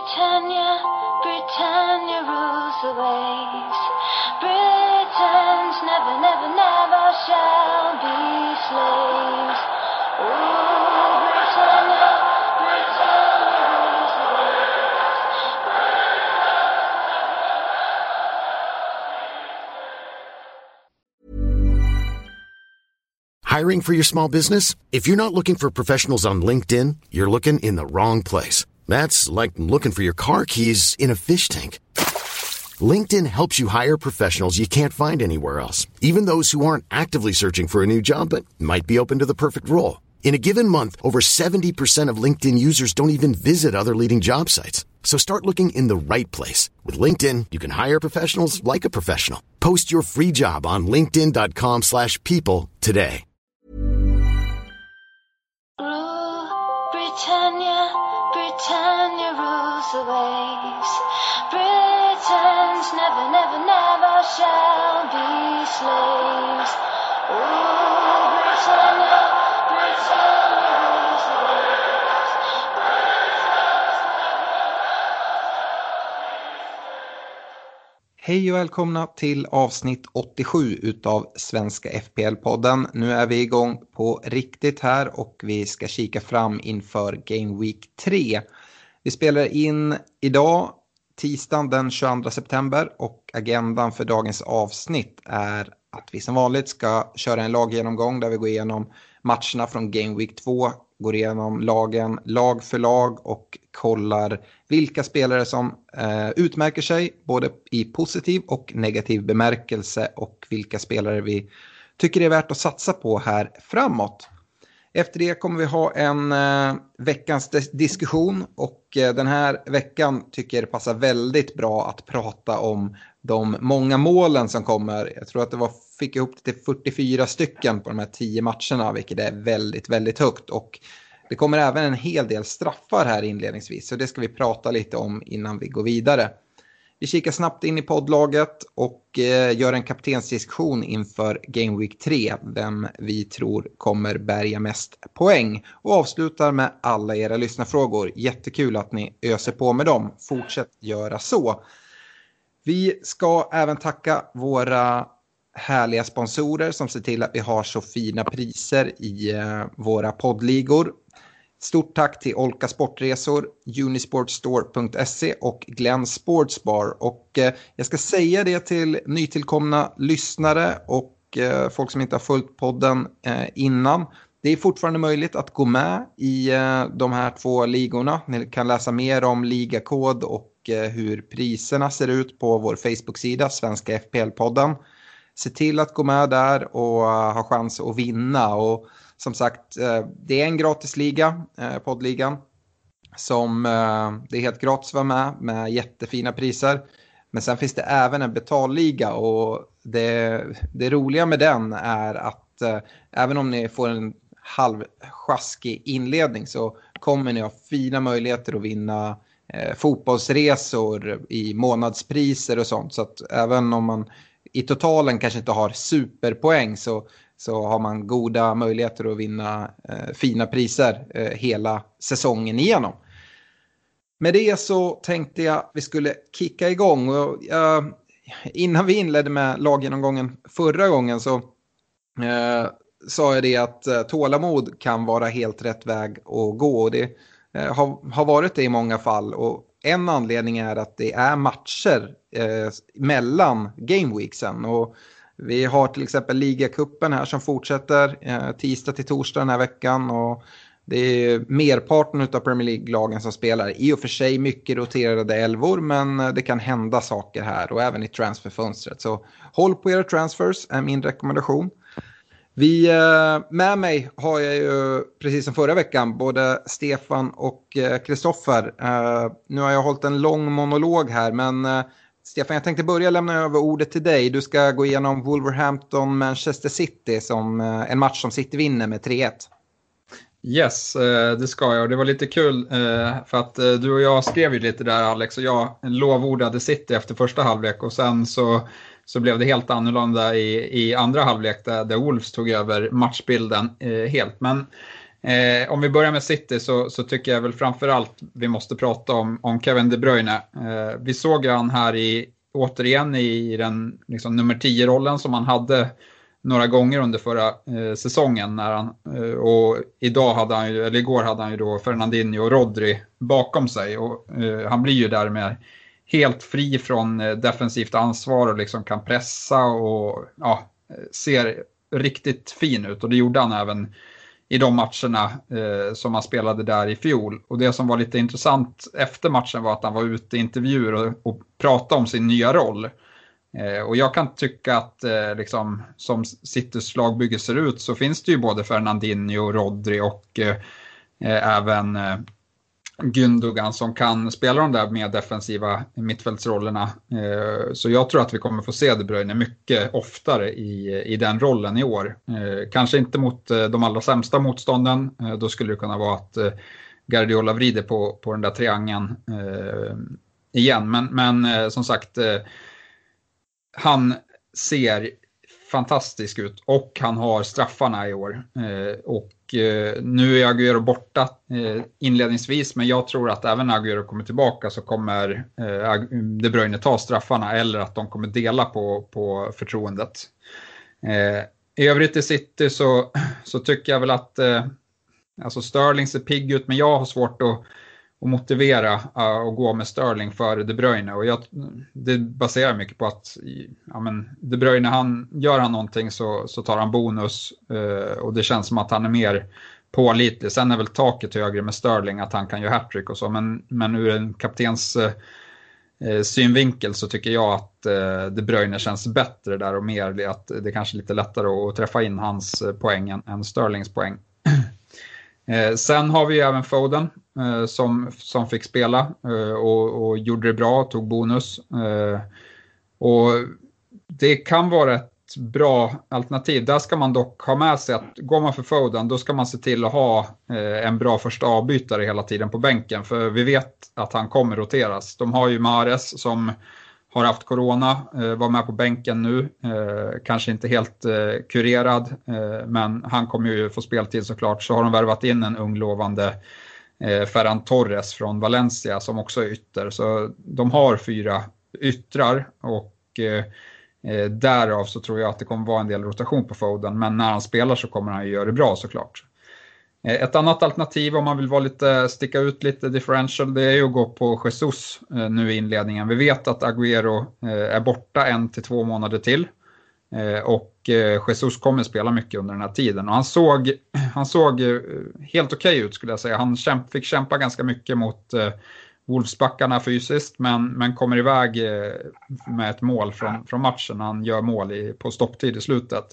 Britannia, Britannia rules the waves. Britons never, never, never shall be slaves. Oh, Britannia, Britannia rules the waves. Hiring for your small business? If you're not looking for professionals on LinkedIn, you're looking in the wrong place. That's like looking for your car keys in a fish tank. LinkedIn helps you hire professionals you can't find anywhere else, even those who aren't actively searching for a new job but might be open to the perfect role. In a given month, over 70% of LinkedIn users don't even visit other leading job sites. So start looking in the right place. With LinkedIn, you can hire professionals like a professional. Post your free job on linkedin.com/people today. Britannia, Britannia rules the waves. Britons never, never, never shall be slaves. Oh, Britannia, Britannia rules the waves. Hej och välkomna till avsnitt 87 utav Svenska FPL-podden. Nu är vi igång på riktigt här och vi ska kika fram inför Game Week 3. Vi spelar in idag, tisdagen den 22 september, och agendan för dagens avsnitt är att vi som vanligt ska köra en laggenomgång där vi går igenom matcherna från Game Week 2, går igenom lagen lag för lag och kollar vilka spelare som utmärker sig både i positiv och negativ bemärkelse och vilka spelare vi tycker det är värt att satsa på här framåt. Efter det kommer vi ha en veckans diskussion och den här veckan tycker jag det passar väldigt bra att prata om de många målen som kommer. Jag tror att fick ihop det till 44 stycken på de här 10 matcherna, vilket är väldigt, väldigt högt. Och det kommer även en hel del straffar här inledningsvis, så det ska vi prata lite om innan vi går vidare. Vi kikar snabbt in i poddlaget och gör en kaptensdiskussion inför Game Week 3, vem vi tror kommer bärga mest poäng. Och avslutar med alla era lyssnarfrågor. Jättekul att ni öser på med dem. Fortsätt göra så. Vi ska även tacka våra härliga sponsorer som ser till att vi har så fina priser i våra poddligor. Stort tack till Olka Sportresor, Unisportstore.se och Glenn Sportsbar. Och jag ska säga det till nytillkomna lyssnare och folk som inte har följt podden innan. Det är fortfarande möjligt att gå med i de här 2 ligorna. Ni kan läsa mer om ligakod och hur priserna ser ut på vår Facebook-sida, Svenska FPL-podden. Se till att gå med där och ha chans att vinna. Och som sagt, det är en gratisliga, poddligan, som det är helt gratis att vara med jättefina priser. Men sen finns det även en betalliga, och det roliga med den är att även om ni får en halvsjaskig inledning så kommer ni ha fina möjligheter att vinna fotbollsresor i månadspriser och sånt. Så att även om man i totalen kanske inte har superpoäng så har man goda möjligheter att vinna fina priser hela säsongen igenom. Med det så tänkte jag vi skulle kicka igång. Och, innan vi inledde med laggenomgången förra gången så sa jag det att tålamod kan vara helt rätt väg att gå. Och det har varit det i många fall. Och en anledning är att det är matcher mellan gameweeksen. Och vi har till exempel ligacupen här som fortsätter tisdag till torsdag den här veckan. Och det är merparten av Premier League-lagen som spelar. I och för sig mycket roterade elvor, men det kan hända saker här och även i transferfönstret. Så håll på era transfers är min rekommendation. Med mig har jag ju precis som förra veckan både Stefan och Kristoffer. Nu har jag hållit en lång monolog här, men Stefan, jag tänkte börja lämna över ordet till dig. Du ska gå igenom Wolverhampton-Manchester City som en match som City vinner med 3-1. Yes, det ska jag. Det var lite kul för att du och jag skrev ju lite där, Alex, och jag lovordade City efter första halvlek och sen så blev det helt annorlunda i andra halvlek där Wolves tog över matchbilden helt. Men Om vi börjar med City så tycker jag väl framförallt vi måste prata om Kevin De Bruyne. Vi såg han här återigen i den liksom, nummer 10-rollen som han hade några gånger under förra säsongen. Och igår hade han ju då Fernandinho och Rodri bakom sig. Och han blir ju därmed helt fri från defensivt ansvar och liksom kan pressa och ser riktigt fin ut. Och det gjorde han även i de matcherna som han spelade där i fjol. Och det som var lite intressant efter matchen var att han var ute i intervjuer och pratade om sin nya roll. Och jag kan tycka att liksom, som Citys lagbygge ser ut så finns det ju både Fernandinho, Rodri och även Gündogan som kan spela de där mer defensiva mittfältsrollerna. Så jag tror att vi kommer få se De Bruyne mycket oftare i den rollen i år. Kanske inte mot de allra sämsta motstånden. Då skulle det kunna vara att Guardiola vrider på den där triangeln igen. Men som sagt, han ser fantastisk ut och han har straffarna i år. Och nu är Agüero borta inledningsvis, men jag tror att även när Agüero kommer tillbaka så kommer De Bruyne ta straffarna eller att de kommer dela på förtroendet. I övrigt i City så tycker jag väl att alltså Sterling ser pigg ut, men jag har svårt att motivera att gå med Sterling för De Bruyne. Och det baserar mycket på att De Bruyne, gör han någonting så tar han bonus. Och det känns som att han är mer pålitlig. Sen är väl taket högre med Sterling att han kan göra hattrick och så. Men ur en kaptens synvinkel så tycker jag att De Bruyne känns bättre där och mer att det är kanske lite lättare att träffa in hans poäng än Sterlings poäng. Sen har vi även Foden som fick spela och gjorde det bra, tog bonus. Och det kan vara ett bra alternativ. Där ska man dock ha med sig att går man för Foden, då ska man se till att ha en bra första avbytare hela tiden på bänken. För vi vet att han kommer roteras. De har ju Mahrez som har haft corona, var med på bänken nu. Kanske inte helt kurerad, men han kommer ju få speltid såklart. Så har de värvat in en ung lovande Ferran Torres från Valencia som också är ytter. Så de har 4 yttrar och därav så tror jag att det kommer vara en del rotation på Foden. Men när han spelar så kommer han ju göra det bra såklart. Ett annat alternativ om man vill sticka ut lite differential, det är ju att gå på Jesus nu i inledningen. Vi vet att Agüero är borta 1 till 2 månader till. Och Jesus kommer spela mycket under den här tiden. Och han såg helt okej ut skulle jag säga. Han fick kämpa ganska mycket mot Wolfsbackarna fysiskt. Men kommer iväg med ett mål från matchen. Han gör mål på stopptid i slutet.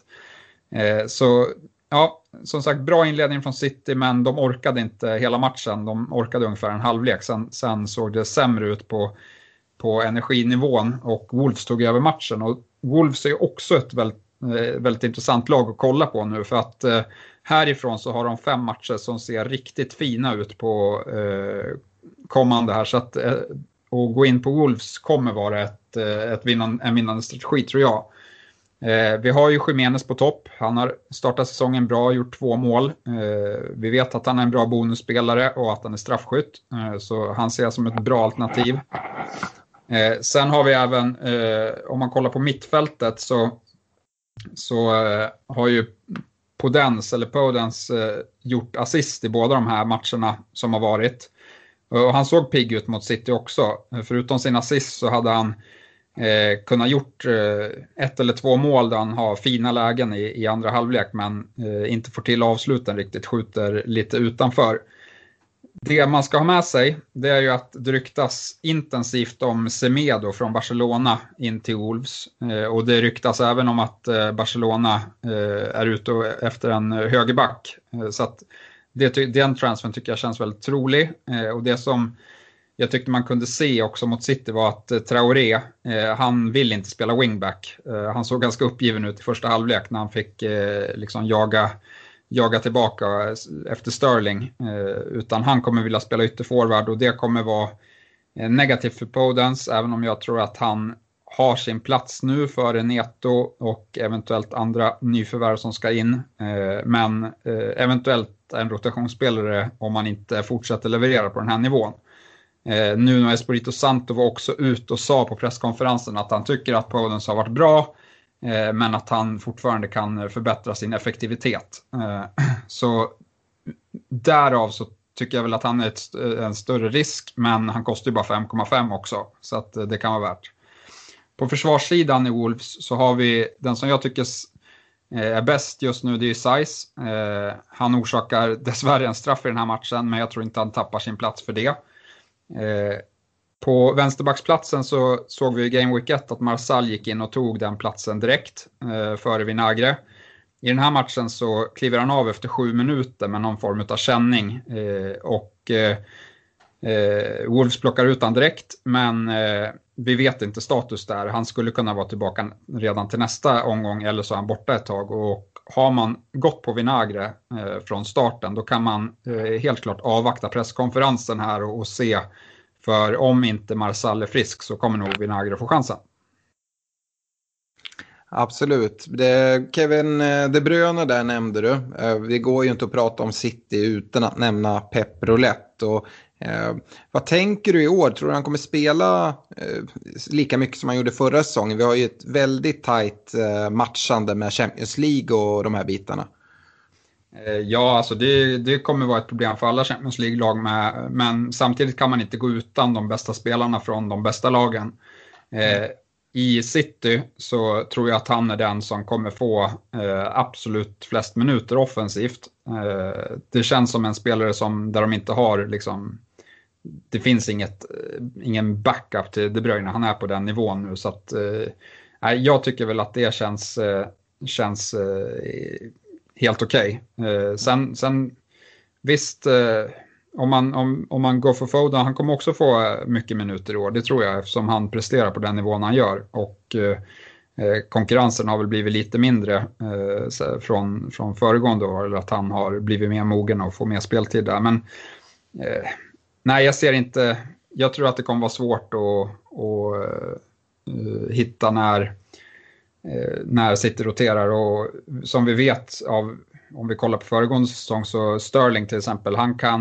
Så ja, som sagt, bra inledning från City, men de orkade inte hela matchen. De orkade ungefär en halvlek. Sen såg det sämre ut på energinivån och Wolves tog över matchen. Och Wolves är ju också ett väldigt intressant lag att kolla på nu, för att härifrån så har de 5 matcher som ser riktigt fina ut på kommande här. Så att gå in på Wolves kommer vara en vinnande strategi tror jag. Vi har ju Jimenez på topp. Han har startat säsongen bra, gjort 2 mål. Vi vet att han är en bra bonusspelare och att han är straffskytt. Så han ser som ett bra alternativ. Sen har vi även, om man kollar på mittfältet så har ju Podence gjort assist i båda de här matcherna som har varit. Och han såg pigg ut mot City också. Förutom sin assist så hade han kunnat gjort 1 eller 2 mål där han har fina lägen i andra halvlek, men inte får till avsluten riktigt, skjuter lite utanför. Det man ska ha med sig, det är ju att det ryktas intensivt om Semedo från Barcelona in till Wolves. Och det ryktas även om att Barcelona är ute efter en högerback. Så att den transfern tycker jag känns väldigt trolig. Och det som jag tyckte man kunde se också mot City var att Traoré, han vill inte spela wingback. Han såg ganska uppgiven ut i första halvlek när han fick liksom jaga tillbaka efter Sterling. Utan han kommer vilja spela ytterforward och det kommer vara negativt för Podence, även om jag tror att han har sin plats nu före Neto och eventuellt andra nyförvärv som ska in. Men eventuellt en rotationsspelare om man inte fortsätter leverera på den här nivån. Nuno Espirito Santo var också ut och sa på presskonferensen att han tycker att Podence har varit bra, men att han fortfarande kan förbättra sin effektivitet. Så därav så tycker jag väl att han är en större risk, men han kostar ju bara 5,5 också, så att det kan vara värt. På försvarssidan i Wolves så har vi den som jag tycker är bäst just nu, det är Saiz. Han orsakar dessvärre en straff i den här matchen, men jag tror inte han tappar sin plats för det. På vänsterbacksplatsen så såg vi i Game Week 1 att Marsal gick in och tog den platsen direkt före Vinagre. I den här matchen så kliver han av efter 7 minuter med någon form av känning. Wolves plockar ut han direkt, men vi vet inte status där. Han skulle kunna vara tillbaka redan till nästa omgång, eller så är han borta ett tag. Och har man gått på Vinagre från starten, då kan man helt klart avvakta presskonferensen här och se. För om inte Marsal är frisk så kommer nog Vinagre få chansen. Absolut. Kevin De Bruyne där nämnde du. Det går ju inte att prata om City utan att nämna Pep Roulette. Och, vad tänker du i år? Tror du han kommer spela lika mycket som han gjorde förra säsongen? Vi har ju ett väldigt tajt matchande med Champions League och de här bitarna. Ja, alltså det kommer vara ett problem för alla Champions League-lag med, men samtidigt kan man inte gå utan de bästa spelarna från de bästa lagen. I City så tror jag att han är den som kommer få absolut flest minuter offensivt. Det känns som en spelare där de inte har liksom, det finns ingen backup till De Bruyne. Han är på den nivån nu, så att jag tycker väl att det känns helt okej. Sen visst, om man går för Foden, han kommer också få mycket minuter i år, det tror jag, eftersom han presterar på den nivån han gör. Och konkurrensen har väl blivit lite mindre från föregående år, eller att han har blivit mer mogen och får mer speltid där. Men nej, jag ser inte, jag tror att det kommer vara svårt att hitta när City roterar. Och som vi vet om vi kollar på föregående säsong, så Sterling till exempel,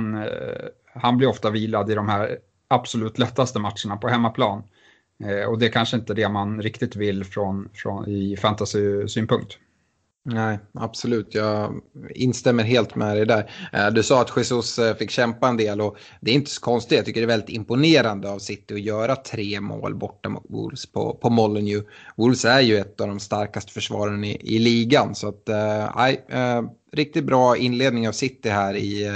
han blir ofta vilad i de här absolut lättaste matcherna på hemmaplan. Och det är kanske inte det man riktigt vill i fantasy-synpunkt. Nej, absolut. Jag instämmer helt med dig där. Du sa att Jesus fick kämpa en del, och det är inte så konstigt. Jag tycker det är väldigt imponerande av City att göra 3 mål borta mot Wolves på Molineux. Wolves är ju ett av de starkaste försvaren i ligan, så att riktigt bra inledning av City här i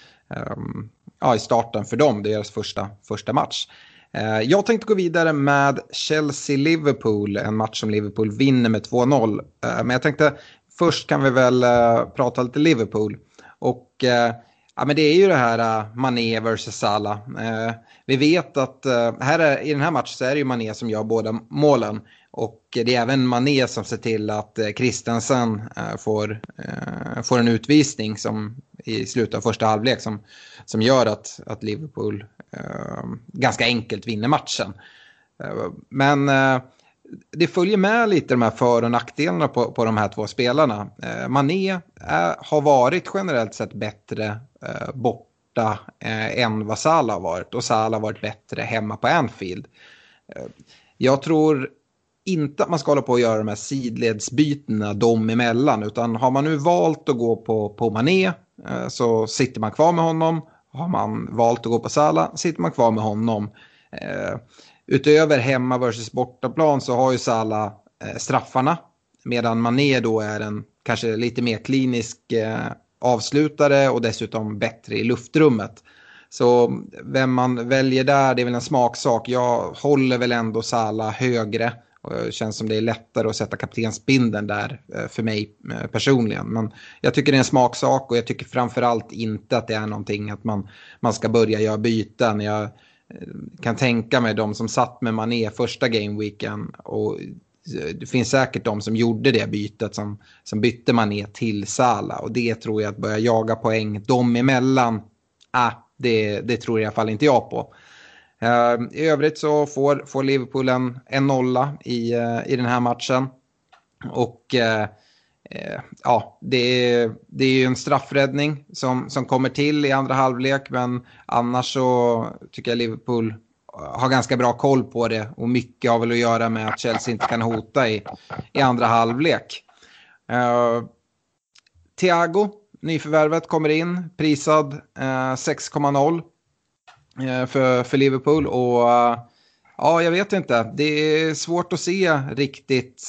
starten för dem. Det är deras första match. Jag tänkte gå vidare med Chelsea-Liverpool, en match som Liverpool vinner med 2-0. Men jag tänkte först kan vi väl prata lite Liverpool. Och men det är ju det här Mané versus Salah. Vi vet att i den här matchen så är det ju Mané som gör båda målen. Och det är även Mané som ser till att Christensen får en utvisning som i slutet av första halvlek som gör att Liverpool ganska enkelt vinner matchen. Men det följer med lite de här för- och nackdelarna på de här två spelarna. Mané har varit generellt sett bättre borta än vad Salah har varit. Och Salah har varit bättre hemma på Anfield. Jag tror inte att man ska hålla på att göra de här sidledsbytena dem emellan. Utan har man nu valt att gå på Mané så sitter man kvar med honom. Har man valt att gå på Salah sitter man kvar med honom. Utöver hemma versus bortaplan så har ju Salah straffarna. Medan Mané då är en kanske lite mer klinisk avslutare och dessutom bättre i luftrummet. Så vem man väljer där, det är väl en smaksak. Jag håller väl ändå Salah högre. Och det känns som det är lättare att sätta kaptensbindeln där för mig personligen. Men jag tycker det är en smaksak, och jag tycker framförallt inte att det är någonting att man ska börja göra byten. Jag kan tänka mig de som satt med Mané första gameweeken, och det finns säkert de som gjorde det bytet som bytte Mané till Salah. Och det tror jag, att börja jaga poäng dem emellan, det tror i alla fall inte jag på. I övrigt så får Liverpool en nolla i den här matchen. Och ja, det är ju en straffräddning som kommer till i andra halvlek, men annars så tycker jag Liverpool har ganska bra koll på det, och mycket har väl att göra med att Chelsea inte kan hota i andra halvlek. Thiago, nyförvärvet, kommer in, prisad 6,0 för Liverpool, och ja, jag vet inte, det är svårt att se riktigt.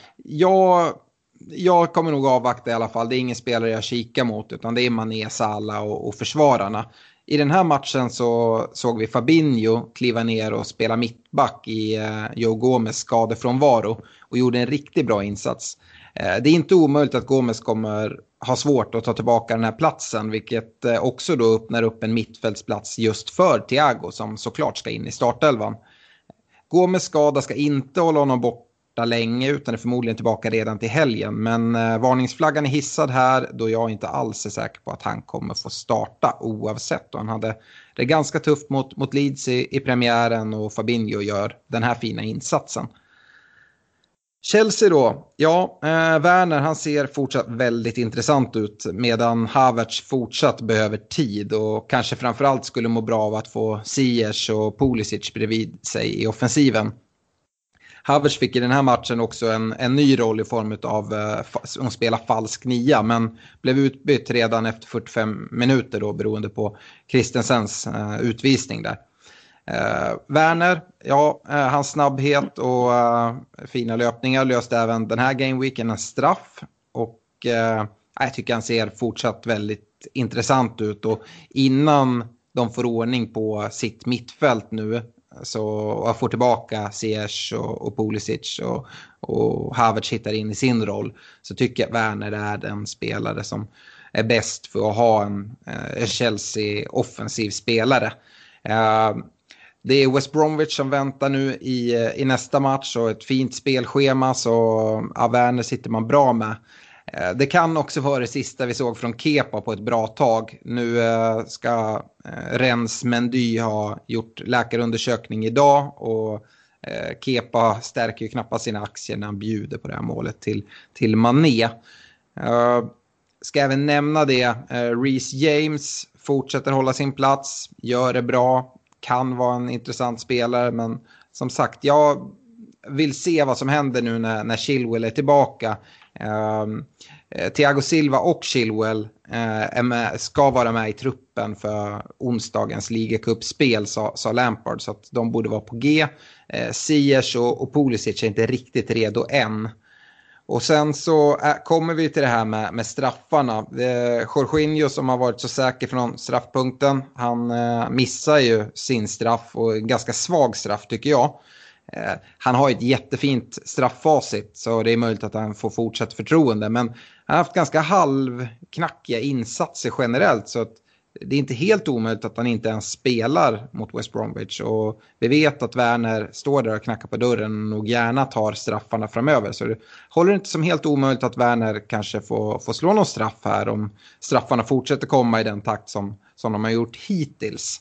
Jag kommer nog avvakta i alla fall. Det är ingen spelare jag kikar mot, utan det är Mané, Salah och försvararna. I den här matchen så såg vi Fabinho kliva ner och spela mittback i Joe Gomez skadefrånvaro och gjorde en riktigt bra insats. Det är inte omöjligt att Gomez kommer ha svårt att ta tillbaka den här platsen, vilket också då öppnar upp en mittfältsplats just för Thiago, som såklart ska in i startelvan. Gomez skada ska inte hålla honom borta länge, utan är förmodligen tillbaka redan till helgen. Men varningsflaggan är hissad här, då jag inte alls är säker på att han kommer få starta oavsett. Och han hade det ganska tufft mot Leeds i premiären, och Fabinho gör den här fina insatsen. Chelsea då, ja, Werner, han ser fortsatt väldigt intressant ut, medan Havertz fortsatt behöver tid och kanske framförallt skulle må bra av att få Ziyech och Pulisic bredvid sig i offensiven. Havertz fick i den här matchen också en ny roll i form av att spela falsk nia, men blev utbytt redan efter 45 minuter då, beroende på Christensens utvisning där. Werner, ja, hans snabbhet och fina löpningar löste även den här gameweeken en straff, och jag tycker han ser fortsatt väldigt intressant ut, och innan de får ordning på sitt mittfält nu, så får tillbaka Ziyech och Pulisic och Havertz hittar in i sin roll, så tycker jag Werner är den spelare som är bäst för att ha en Chelsea offensiv spelare. Det är West Bromwich som väntar nu i nästa match, och ett fint spelschema, så Werner sitter man bra med. Det kan också vara det sista vi såg från Kepa på ett bra tag. Nu ska Rens Mendy ha gjort läkarundersökning idag, och Kepa stärker ju knappast sina aktier när han bjuder på det här målet till Mané. Ska även nämna det, Reece James fortsätter hålla sin plats, gör det bra, kan vara en intressant spelare, men som sagt, jag vill se vad som händer nu när Chilwell är tillbaka. Thiago Silva och Chilwell ska vara med i truppen för onsdagens ligacupspel, sa Lampard, så att de borde vara på G. Ziyech och Pulisic är inte riktigt redo än. Och sen så kommer vi till det här med straffarna. Jorginho, som har varit så säker från straffpunkten, han missar ju sin straff, och en ganska svag straff tycker jag. Han har ett jättefint strafffacit, så det är möjligt att han får fortsatt förtroende, men han har haft ganska halvknackiga insatser generellt, så att det är inte helt omöjligt att han inte ens spelar mot West Bromwich, och vi vet att Werner står där och knackar på dörren och gärna tar straffarna framöver, så det håller inte som helt omöjligt att Werner kanske får slå någon straff här om straffarna fortsätter komma i den takt som de har gjort hittills.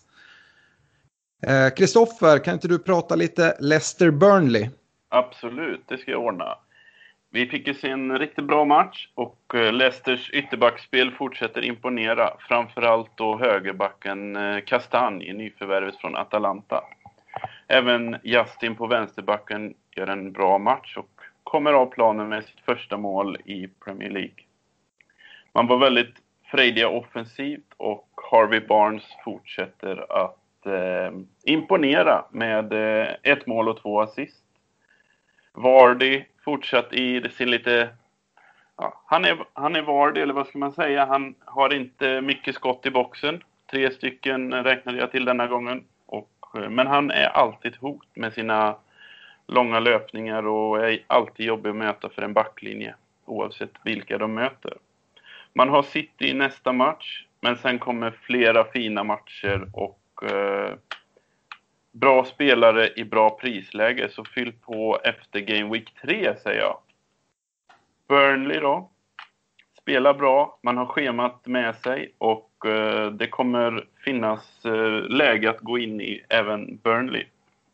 Kristoffer, kan inte du prata lite Leicester-Burnley? Absolut, det ska jag ordna. Vi fick ju se en riktigt bra match, och Leicesters ytterbackspel fortsätter imponera. Framförallt då högerbacken Castagne, nyförvärvet från Atalanta. Även Justin på vänsterbacken gör en bra match och kommer av planen med sitt första mål i Premier League. Man var väldigt frejdiga offensivt, och Harvey Barnes fortsätter att imponera med 1 mål och 2 assist. Vardy fortsatt i sin lite... Ja, han är Vardy, eller vad ska man säga. Han har inte mycket skott i boxen. 3 stycken räknade jag till denna gången. Men han är alltid hot med sina långa löpningar, och är alltid jobbig att möta för en backlinje, oavsett vilka de möter. Man har City i nästa match, men sen kommer flera fina matcher och bra spelare i bra prisläge, så fyll på efter Game Week 3, säger jag. Burnley då spelar bra, man har schemat med sig och det kommer finnas läge att gå in i även Burnley.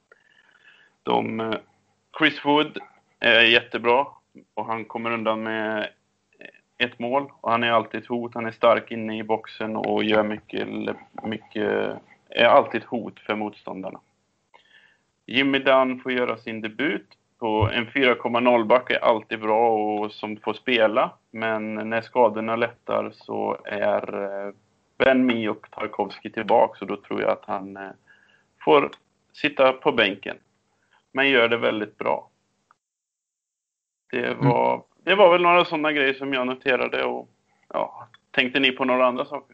Chris Wood är jättebra och han kommer undan med ett mål och han är alltid ett hot, han är stark inne i boxen och gör mycket är alltid ett hot för motståndarna. Jimmy Dunn får göra sin debut på en 4,0 back är alltid bra och som får spela, men när skadorna lättar så är Ben Mee och Tarkovsky tillbaka, så då tror jag att han får sitta på bänken. Men gör det väldigt bra. Det var väl några sådana grejer som jag noterade och tänkte ni på några andra saker?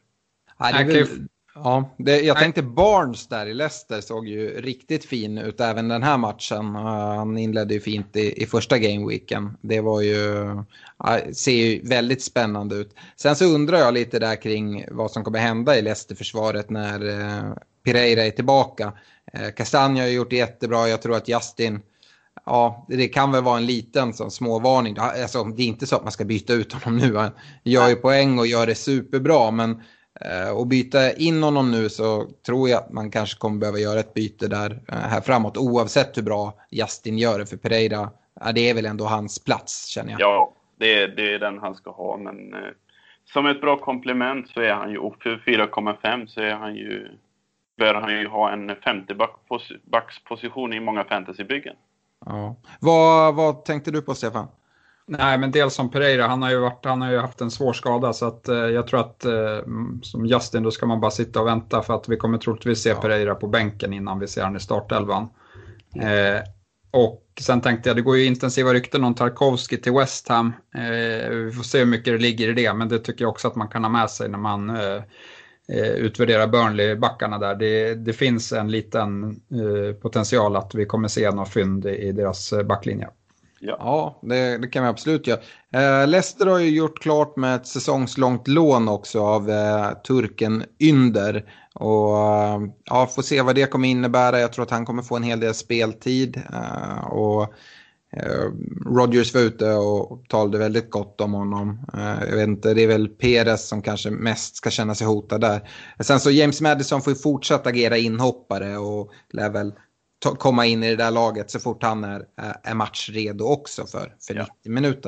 Jag tänkte Barnes där i Leicester såg ju riktigt fin ut även den här matchen. Han inledde ju fint i första gameweeken. Det var ser ju väldigt spännande ut. Sen så undrar jag lite där kring vad som kommer hända i Leicester-försvaret när Pereira är tillbaka. Castagna har gjort det jättebra. Jag tror att Justin, det kan väl vara en liten sån småvarning. Alltså, det är inte så att man ska byta ut honom nu. Han gör ju poäng och gör det superbra, men och byta in honom nu så tror jag att man kanske kommer behöva göra ett byte där här framåt, oavsett hur bra Justin gör det, för Pereira, det är väl ändå hans plats, känner jag. Ja, det är den han ska ha, men som ett bra komplement så är han ju, och för 4,5 så är han ju, bör han ju ha en 50 backsposition i många fantasybyggen. Ja. Vad tänkte du på, Stefan? Nej, men dels som Pereira, han har ju haft en svår skada, så att jag tror att som Justin då ska man bara sitta och vänta, för att vi kommer troligtvis se Pereira på bänken innan vi ser han i startelvan. Och sen tänkte jag, det går ju intensiva rykten om Tarkovsky till West Ham. Vi får se hur mycket det ligger i det, men det tycker jag också att man kan ha med sig när man utvärderar Burnley-backarna där. Det finns en liten potential att vi kommer se några fynd i deras backlinje. Ja, det kan vi absolut göra. Leicester har ju gjort klart med ett säsongslångt lån också av turken Ynder. Och får se vad det kommer innebära. Jag tror att han kommer få en hel del speltid. Och Rodgers var ute och talade väldigt gott om honom. Jag vet inte, det är väl Perez som kanske mest ska känna sig hotad där. Sen så James Maddison får ju fortsätta agera inhoppare och lär väl komma in i det där laget så fort han är matchredo också för 90 minuter.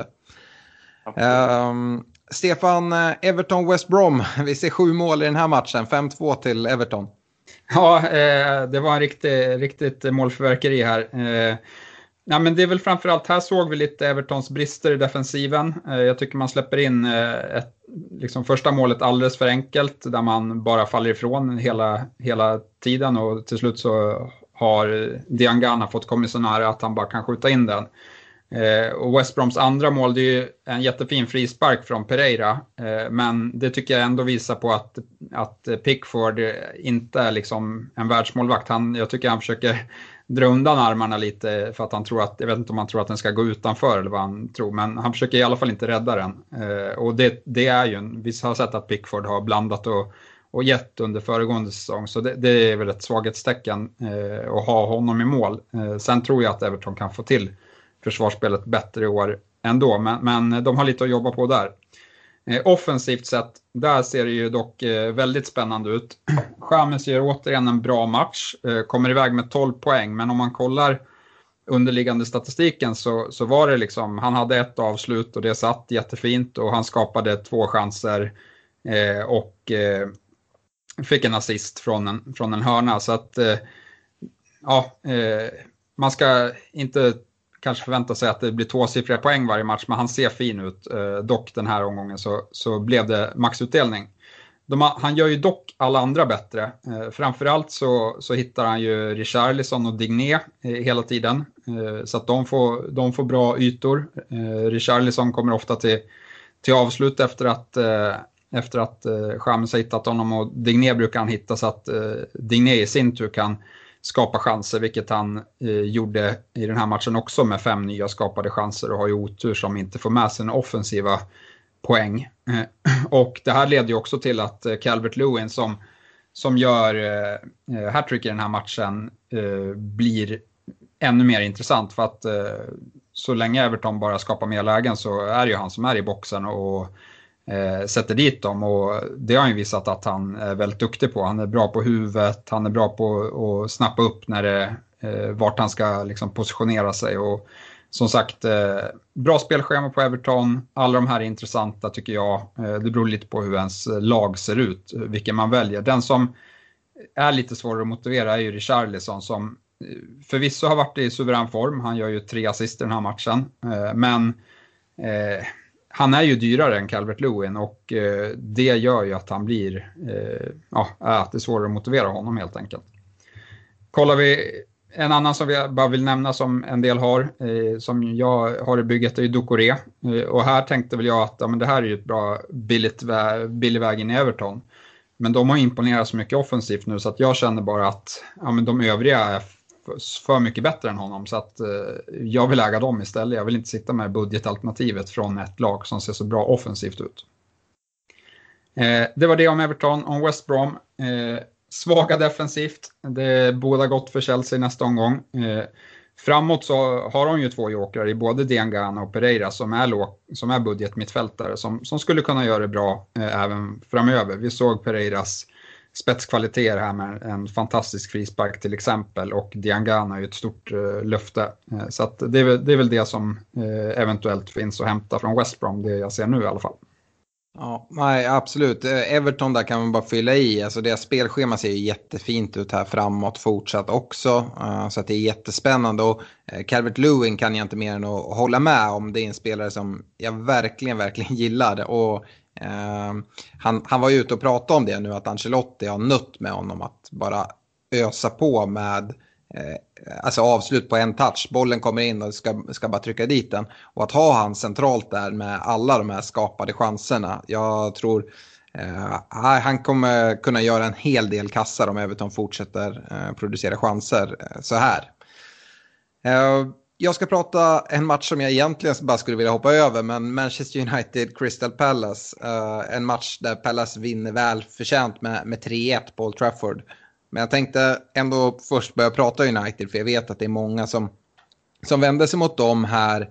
Stefan, Everton West Brom. Vi ser 7 mål i den här matchen. 5-2 till Everton. Ja, det var en riktigt målförverkeri här. Nej, men det är väl framförallt, här såg vi lite Evertons brister i defensiven. Jag tycker man släpper in första målet alldeles för enkelt, där man bara faller ifrån hela tiden, och till slut så har Diangana fått komma så nära att han bara kan skjuta in den. Och West Broms andra mål, det är ju en jättefin frispark från Pereira, men det tycker jag ändå visar på att Pickford inte är liksom en världsmålvakt. Jag tycker han försöker dra undan armarna lite, för att han tror att, jag vet inte om han tror att den ska gå utanför eller vad han tror, men han försöker i alla fall inte rädda den. Och det är ju, vi har sett att Pickford har blandat och gett under föregående säsong, så det är väl ett svaghetstecken att ha honom i mål. Sen tror jag att Everton kan få till försvarsspelet bättre i år ändå, men de har lite att jobba på där. Offensivt sett, där ser det ju dock väldigt spännande ut. James gör återigen en bra match, kommer iväg med 12 poäng, men om man kollar underliggande statistiken så var det liksom, han hade ett avslut och det satt jättefint, och han skapade 2 chanser och fick en assist från en hörna, så att man ska inte kanske förvänta sig att det blir 2-siffriga poäng varje match, men han ser fin ut. Dock den här omgången så blev det maxutdelning. Han gör ju dock alla andra bättre. Framförallt så hittar han ju Richarlison och Digné hela tiden. Så att de får bra ytor. Richarlison kommer ofta till avslut efter att James har hittat honom, och Digné brukar han hitta, så att Digné i sin tur kan skapa chanser, vilket han gjorde i den här matchen också med 5 nya skapade chanser, och har ju otur som inte får med sina offensiva poäng. Och det här leder ju också till att Calvert-Lewin som gör hattrick i den här matchen blir ännu mer intressant, för att så länge Everton bara skapar mer lägen så är det ju han som är i boxen och sätter dit dem, och det har han ju visat att han är väldigt duktig på. Han är bra på huvudet, han är bra på att snappa upp när det, vart han ska liksom positionera sig, och som sagt, bra spelschema på Everton. Alla de här är intressanta tycker jag. Det beror lite på hur ens lag ser ut, vilken man väljer. Den som är lite svårare att motivera är ju Richarlison, som förvisso har varit i suverän form. Han gör ju 3 assist i den här matchen, men han är ju dyrare än Calvert-Lewin, och det gör ju att han blir att det är svårare att motivera honom helt enkelt. Kollar vi en annan som vi bara vill nämna som en del har, som jag har i bygget, är ju Doucouré. Och här tänkte väl jag att men det här är ju ett bra billig väg in i Everton. Men de har imponerat så mycket offensivt nu, så att jag känner bara att men de övriga är för mycket bättre än honom. Så att jag vill äga dem istället. Jag vill inte sitta med budgetalternativet från ett lag som ser så bra offensivt ut. Det var det om Everton. Om West Brom. Svaga defensivt. Det båda gott för Chelsea nästa omgång. Framåt så har de ju 2 jokrar i både Diangana och Pereira som är budgetmittfältare som skulle kunna göra det bra även framöver. Vi såg Pereiras spetskvaliteter här med en fantastisk frispark till exempel, och Diangana är ju ett stort löfte. Så att det är väl det som eventuellt finns att hämta från West Brom, det jag ser nu i alla fall. Ja, nej, absolut. Everton där kan man bara fylla i. Alltså deras spelschema ser ju jättefint ut här framåt fortsatt också. Så att det är jättespännande. Och Calvert-Lewin kan jag inte mer än att hålla med om. Det är en spelare som jag verkligen gillar. Och han var ju ute och pratade om det nu, att Ancelotti har nött med honom att bara ösa på med alltså avslut på en touch. Bollen kommer in och ska bara trycka dit den. Och att ha han centralt där med alla de här skapade chanserna. Jag tror han kommer kunna göra en hel del kassar om Everton fortsätter producera chanser så här. Jag ska prata en match som jag egentligen bara skulle vilja hoppa över, men Manchester United Crystal Palace. En match där Palace vinner väl förtjänt med 3-1 på Old Trafford. Men jag tänkte ändå först börja prata United, för jag vet att det är många som vänder sig mot dem här.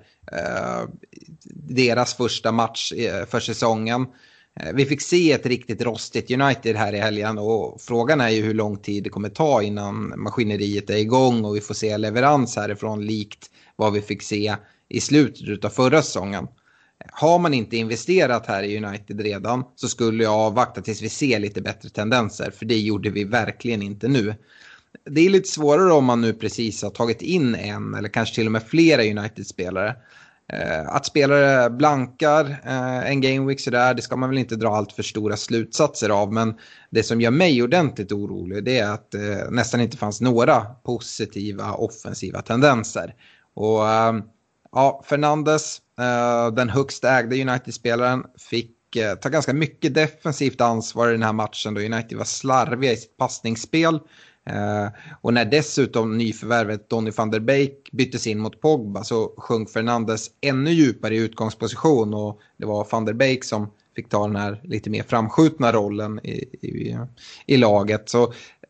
Deras första match för säsongen. Vi fick se ett riktigt rostigt United här i helgen, och frågan är ju hur lång tid det kommer ta innan maskineriet är igång och vi får se leverans härifrån likt vad vi fick se i slutet av förra säsongen. Har man inte investerat här i United redan så skulle jag avvakta tills vi ser lite bättre tendenser, för det gjorde vi verkligen inte nu. Det är lite svårare om man nu precis har tagit in en eller kanske till och med flera United-spelare. Att spelare blankar en gameweek så där, det ska man väl inte dra allt för stora slutsatser av, men det som gör mig ordentligt orolig, det är att nästan inte fanns några positiva offensiva tendenser. Och Fernandes, den högst ägda United-spelaren, fick ta ganska mycket defensivt ansvar i den här matchen då United var slarviga i sitt passningsspel. Och när dessutom nyförvärvet Donny van der Beek byttes in mot Pogba så sjönk Fernandes ännu djupare i utgångsposition, och det var van der Beek som fick ta den här lite mer framskjutna rollen i laget. Så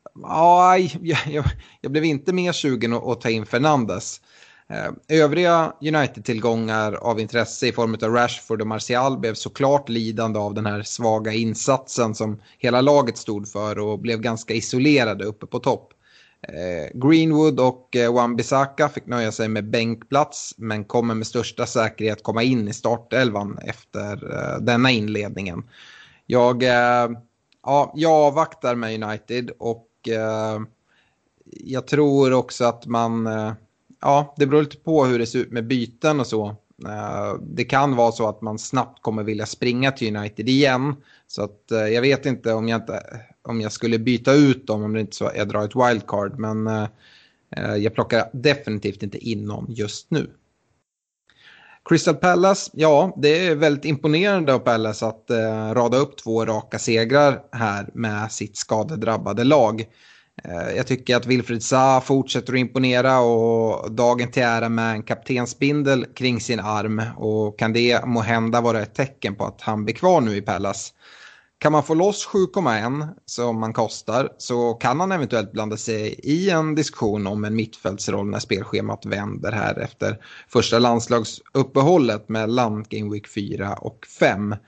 jag blev inte mer sugen att ta in Fernandes. Övriga United-tillgångar av intresse i form av Rashford och Martial blev såklart lidande av den här svaga insatsen som hela laget stod för och blev ganska isolerade uppe på topp. Greenwood och Wan-Bissaka fick nöja sig med bänkplats, men kommer med största säkerhet komma in i startelvan efter denna inledningen. Jag avvaktar med United, och jag tror också att man... det beror lite på hur det ser ut med byten och så. Det kan vara så att man snabbt kommer vilja springa till United igen. Så att jag vet inte om jag skulle byta ut dem om det inte så jag drar ett wildcard. Men jag plockar definitivt inte in dem just nu. Crystal Palace, det är väldigt imponerande av Palace att rada upp 2 raka segrar här med sitt skadedrabbade lag. Jag tycker att Wilfried Zaha fortsätter att imponera, och dagen till ära med en kaptensbindel kring sin arm, och kan det måhända vara ett tecken på att han blir kvar nu i Palace. Kan man få loss 7,1 som man kostar, så kan han eventuellt blanda sig i en diskussion om en mittfältsroll när spelschemat vänder här efter första landslagsuppehållet mellan Game Week 4 och 5.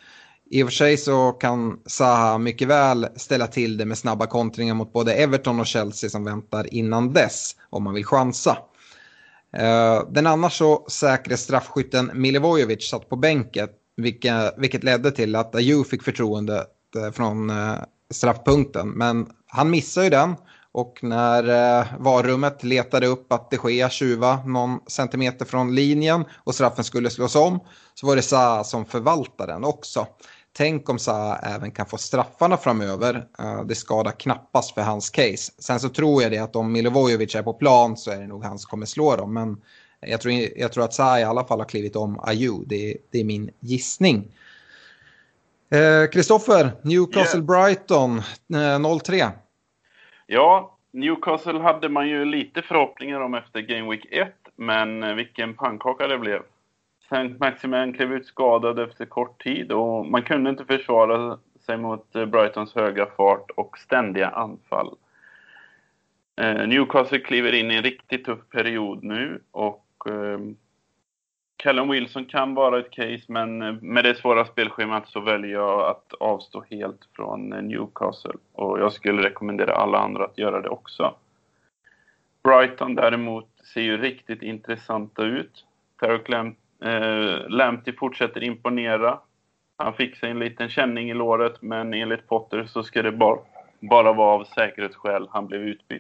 I och för sig så kan Zaha mycket väl ställa till det med snabba kontringar mot både Everton och Chelsea som väntar innan dess om man vill chansa. Den annars så säkra straffskytten Milivojevic satt på bänket, vilket ledde till att Ayew fick förtroendet från straffpunkten. Men han missade ju den, och när varummet letade upp att De Gea tjuva någon centimeter från linjen och straffen skulle slås om, så var det Zaha som förvaltade den också. Tänk om Zaha även kan få straffarna framöver. Det skadar knappast för hans case. Sen så tror jag det att om Milivojevic är på plan så är det nog han som kommer slå dem. Men jag tror att Zaha i alla fall har klivit om Ayew. Det är min gissning. Kristoffer, Newcastle-Brighton 0-3. Ja, Newcastle hade man ju lite förhoppningar om efter Game Week 1. Men vilken pannkaka det blev. St. Maximin klev ut skadad efter kort tid och man kunde inte försvara sig mot Brightons höga fart och ständiga anfall. Newcastle kliver in i en riktigt tuff period nu och Callum Wilson kan vara ett case, men med det svåra spelschemat så väljer jag att avstå helt från Newcastle och jag skulle rekommendera alla andra att göra det också. Brighton däremot ser ju riktigt intressanta ut. Tariq Lamptey fortsätter imponera. Han fick sig en liten känning i låret, men enligt Potter så ska det bara vara av säkerhetsskäl han blev utbytt.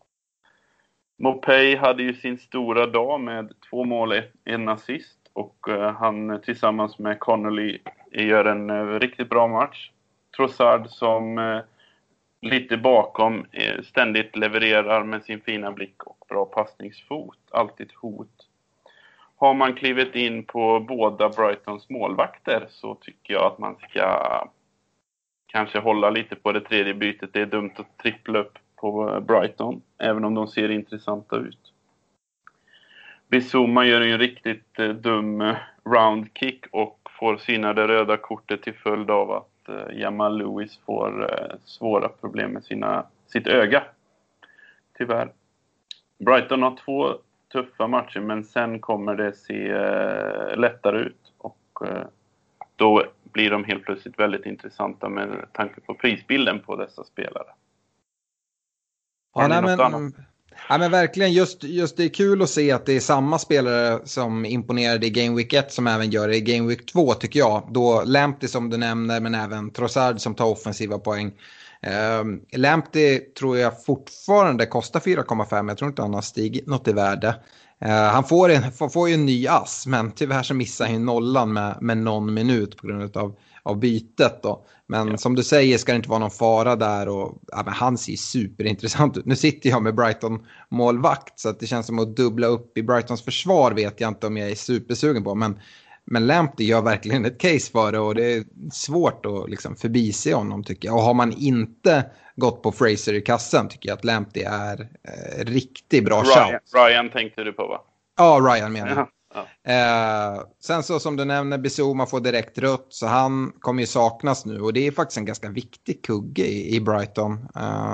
Mopay hade ju sin stora dag med 2 mål och 1 assist och han tillsammans med Connolly gör en riktigt bra match. Trossard som lite bakom ständigt levererar med sin fina blick och bra passningsfot. Alltid ett hot. Har man klivit in på båda Brightons målvakter så tycker jag att man ska kanske hålla lite på det tredje bytet. Det är dumt att trippla upp på Brighton, även om de ser intressanta ut. Bissouma gör en riktigt dum roundkick och får syna det röda kortet till följd av att Jamal Lewis får svåra problem med sitt öga. Tyvärr. Brighton har 2 tuffa matcher, men sen kommer det se lättare ut och då blir de helt plötsligt väldigt intressanta med tanke på prisbilden på dessa spelare. Ja, men verkligen just det är kul att se att det är samma spelare som imponerade i Game Week 1 som även gör det i Game Week 2 tycker jag. Då Lamptey som du nämner, men även Trossard som tar offensiva poäng. Lamptey tror jag fortfarande kostar 4,5. Jag tror inte han har stigit något i värde. Han får ju en ny ass, men tyvärr så missar han nollan med någon minut på grund av bytet då. Men som du säger ska det inte vara någon fara där och men han ser superintressant ut. Nu sitter jag med Brighton målvakt så att det känns som att dubbla upp i Brightons försvar vet jag inte om jag är supersugen på, men Lamptey gör verkligen ett case för det och det är svårt att liksom förbise honom tycker jag. Och har man inte gått på Fraser i kassen tycker jag att Lamptey är riktigt bra shout. Ryan tänkte du på va? Ja, Ryan menar jag. Ja. Sen så som du nämner, Bissouma får direkt rött så han kommer ju saknas nu och det är faktiskt en ganska viktig kugge i Brighton.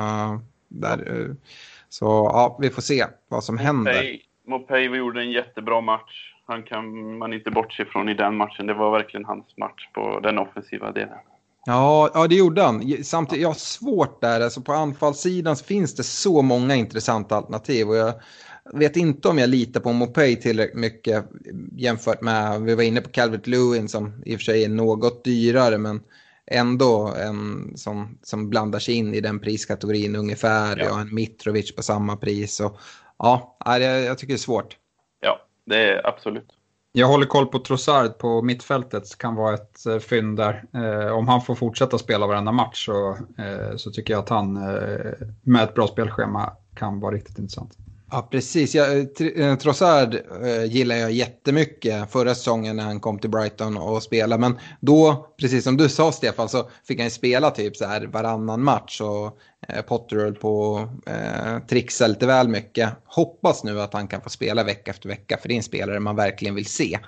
Så ja, vi får se vad som händer. Mopay gjorde en jättebra match. Han kan man inte bortse från i den matchen. Det var verkligen hans match på den offensiva delen. Ja, det gjorde han. Samtidigt, jag har svårt där. Alltså på anfallssidan så finns det så många intressanta alternativ. Och jag vet inte om jag litar på Mopay tillräckligt mycket jämfört med, vi var inne på Calvert-Lewin som i och för sig är något dyrare. Men ändå en som blandar sig in i den priskategorin ungefär. Ja, en Mitrovic på samma pris. Och, ja, jag tycker det är svårt. Ja, det är absolut. Jag håller koll på Trossard på mittfältet, kan vara ett fynd där. Om han får fortsätta spela varenda match så tycker jag att han med ett bra spelschema kan vara riktigt intressant. Ja, precis. Trossard gillar jag jättemycket förra säsongen när han kom till Brighton och spelade. Men då, precis som du sa Stefan, så fick han spela typ så här varannan match. Och Potter höll på trixa lite väl mycket. Hoppas nu att han kan få spela vecka efter vecka. För det är en spelare man verkligen vill se.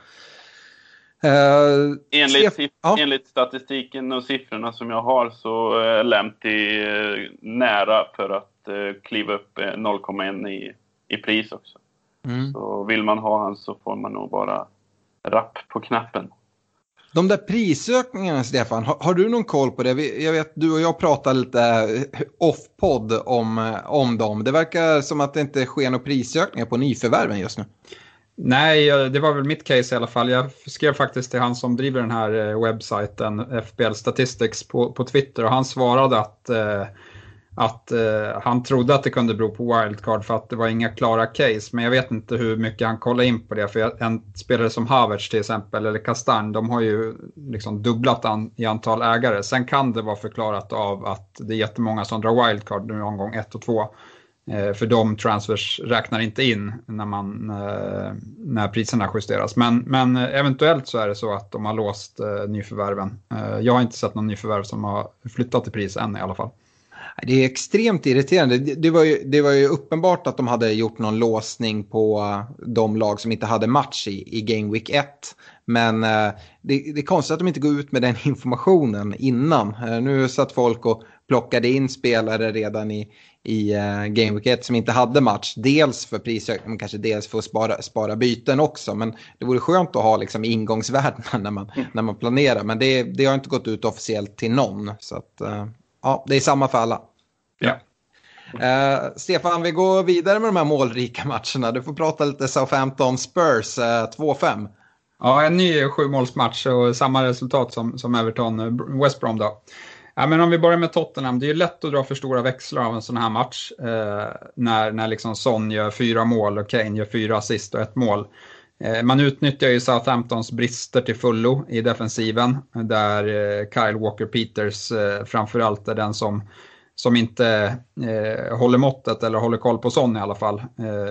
Enligt statistiken och siffrorna som jag har så är Lamptey nära för att kliva upp 0,1 i pris också. Så vill man ha han så får man nog bara rapp på knappen. De där prisökningarna, Stefan, har du någon koll på det? Jag vet du och jag pratar lite off-podd om dem. Det verkar som att det inte sker några prisökningar på nyförvärven just nu. Nej, det var väl mitt case i alla fall. Jag skrev faktiskt till han som driver den här webbsajten FBL Statistics på Twitter, och han svarade att han trodde att det kunde bero på wildcard för att det var inga klara case. Men jag vet inte hur mycket han kollar in på det. För en spelare som Havertz till exempel, eller Castagne, de har ju liksom dubblat i antal ägare. Sen kan det vara förklarat av att det är jättemånga som drar wildcard nu omgång 1 och 2. För de transfers räknar inte in när priserna justeras. Men eventuellt så är det så att de har låst nyförvärven. Jag har inte sett någon nyförvärv som har flyttat i pris än i alla fall. Det är extremt irriterande. Det var ju uppenbart att de hade gjort någon låsning på de lag som inte hade match i Game Week 1. Men det är konstigt att de inte går ut med den informationen innan. Nu satt folk och plockade in spelare redan i Game Week 1 som inte hade match. Dels för prisökning, men kanske dels för att spara byten också. Men det vore skönt att ha liksom ingångsvärdena när man planerar. Men det har inte gått ut officiellt till någon. Så att, ja, det är samma för alla. Ja. Stefan, vi går vidare med de här målrika matcherna. Du får prata lite Southampton Spurs 2-5. Ja, en ny 7-målsmatch och samma resultat som Everton West Brom då. Ja, men om vi börjar med Tottenham, det är ju lätt att dra för stora växlar av en sån här match när liksom Son gör 4 mål och Kane gör 4 assist och 1 mål. Man utnyttjar ju Southamptons brister till fullo i defensiven, där Kyle Walker-Peters framförallt är den som inte håller måttet eller håller koll på Son i alla fall.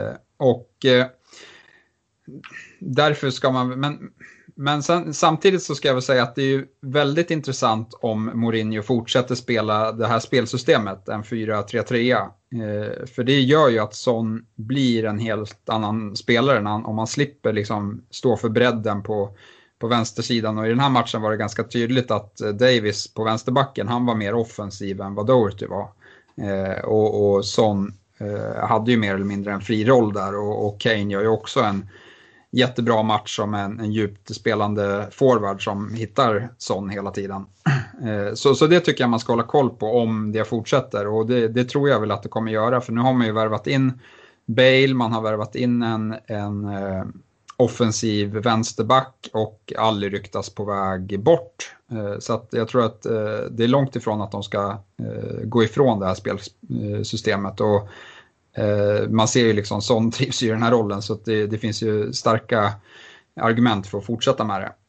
Därför ska man... Men samtidigt så ska jag väl säga att det är ju väldigt intressant om Mourinho fortsätter spela det här spelsystemet, en 4-3-3. För det gör ju att Son blir en helt annan spelare om man slipper liksom stå för bredden på vänstersidan. Och i den här matchen var det ganska tydligt att Davis på vänsterbacken, han var mer offensiv än vad Doherty var. Och Son hade ju mer eller mindre en fri roll där, och Kane gör ju också en jättebra match som en djupt spelande forward som hittar Son hela tiden. Så det tycker jag man ska hålla koll på om det fortsätter, och det tror jag väl att det kommer göra, för nu har man ju värvat in Bale, man har värvat in en offensiv vänsterback, och Alli ryktas på väg bort. Så att jag tror att det är långt ifrån att de ska gå ifrån det här spelsystemet, och man ser ju liksom Son trivs i den här rollen, så att det finns ju starka argument för att fortsätta med det.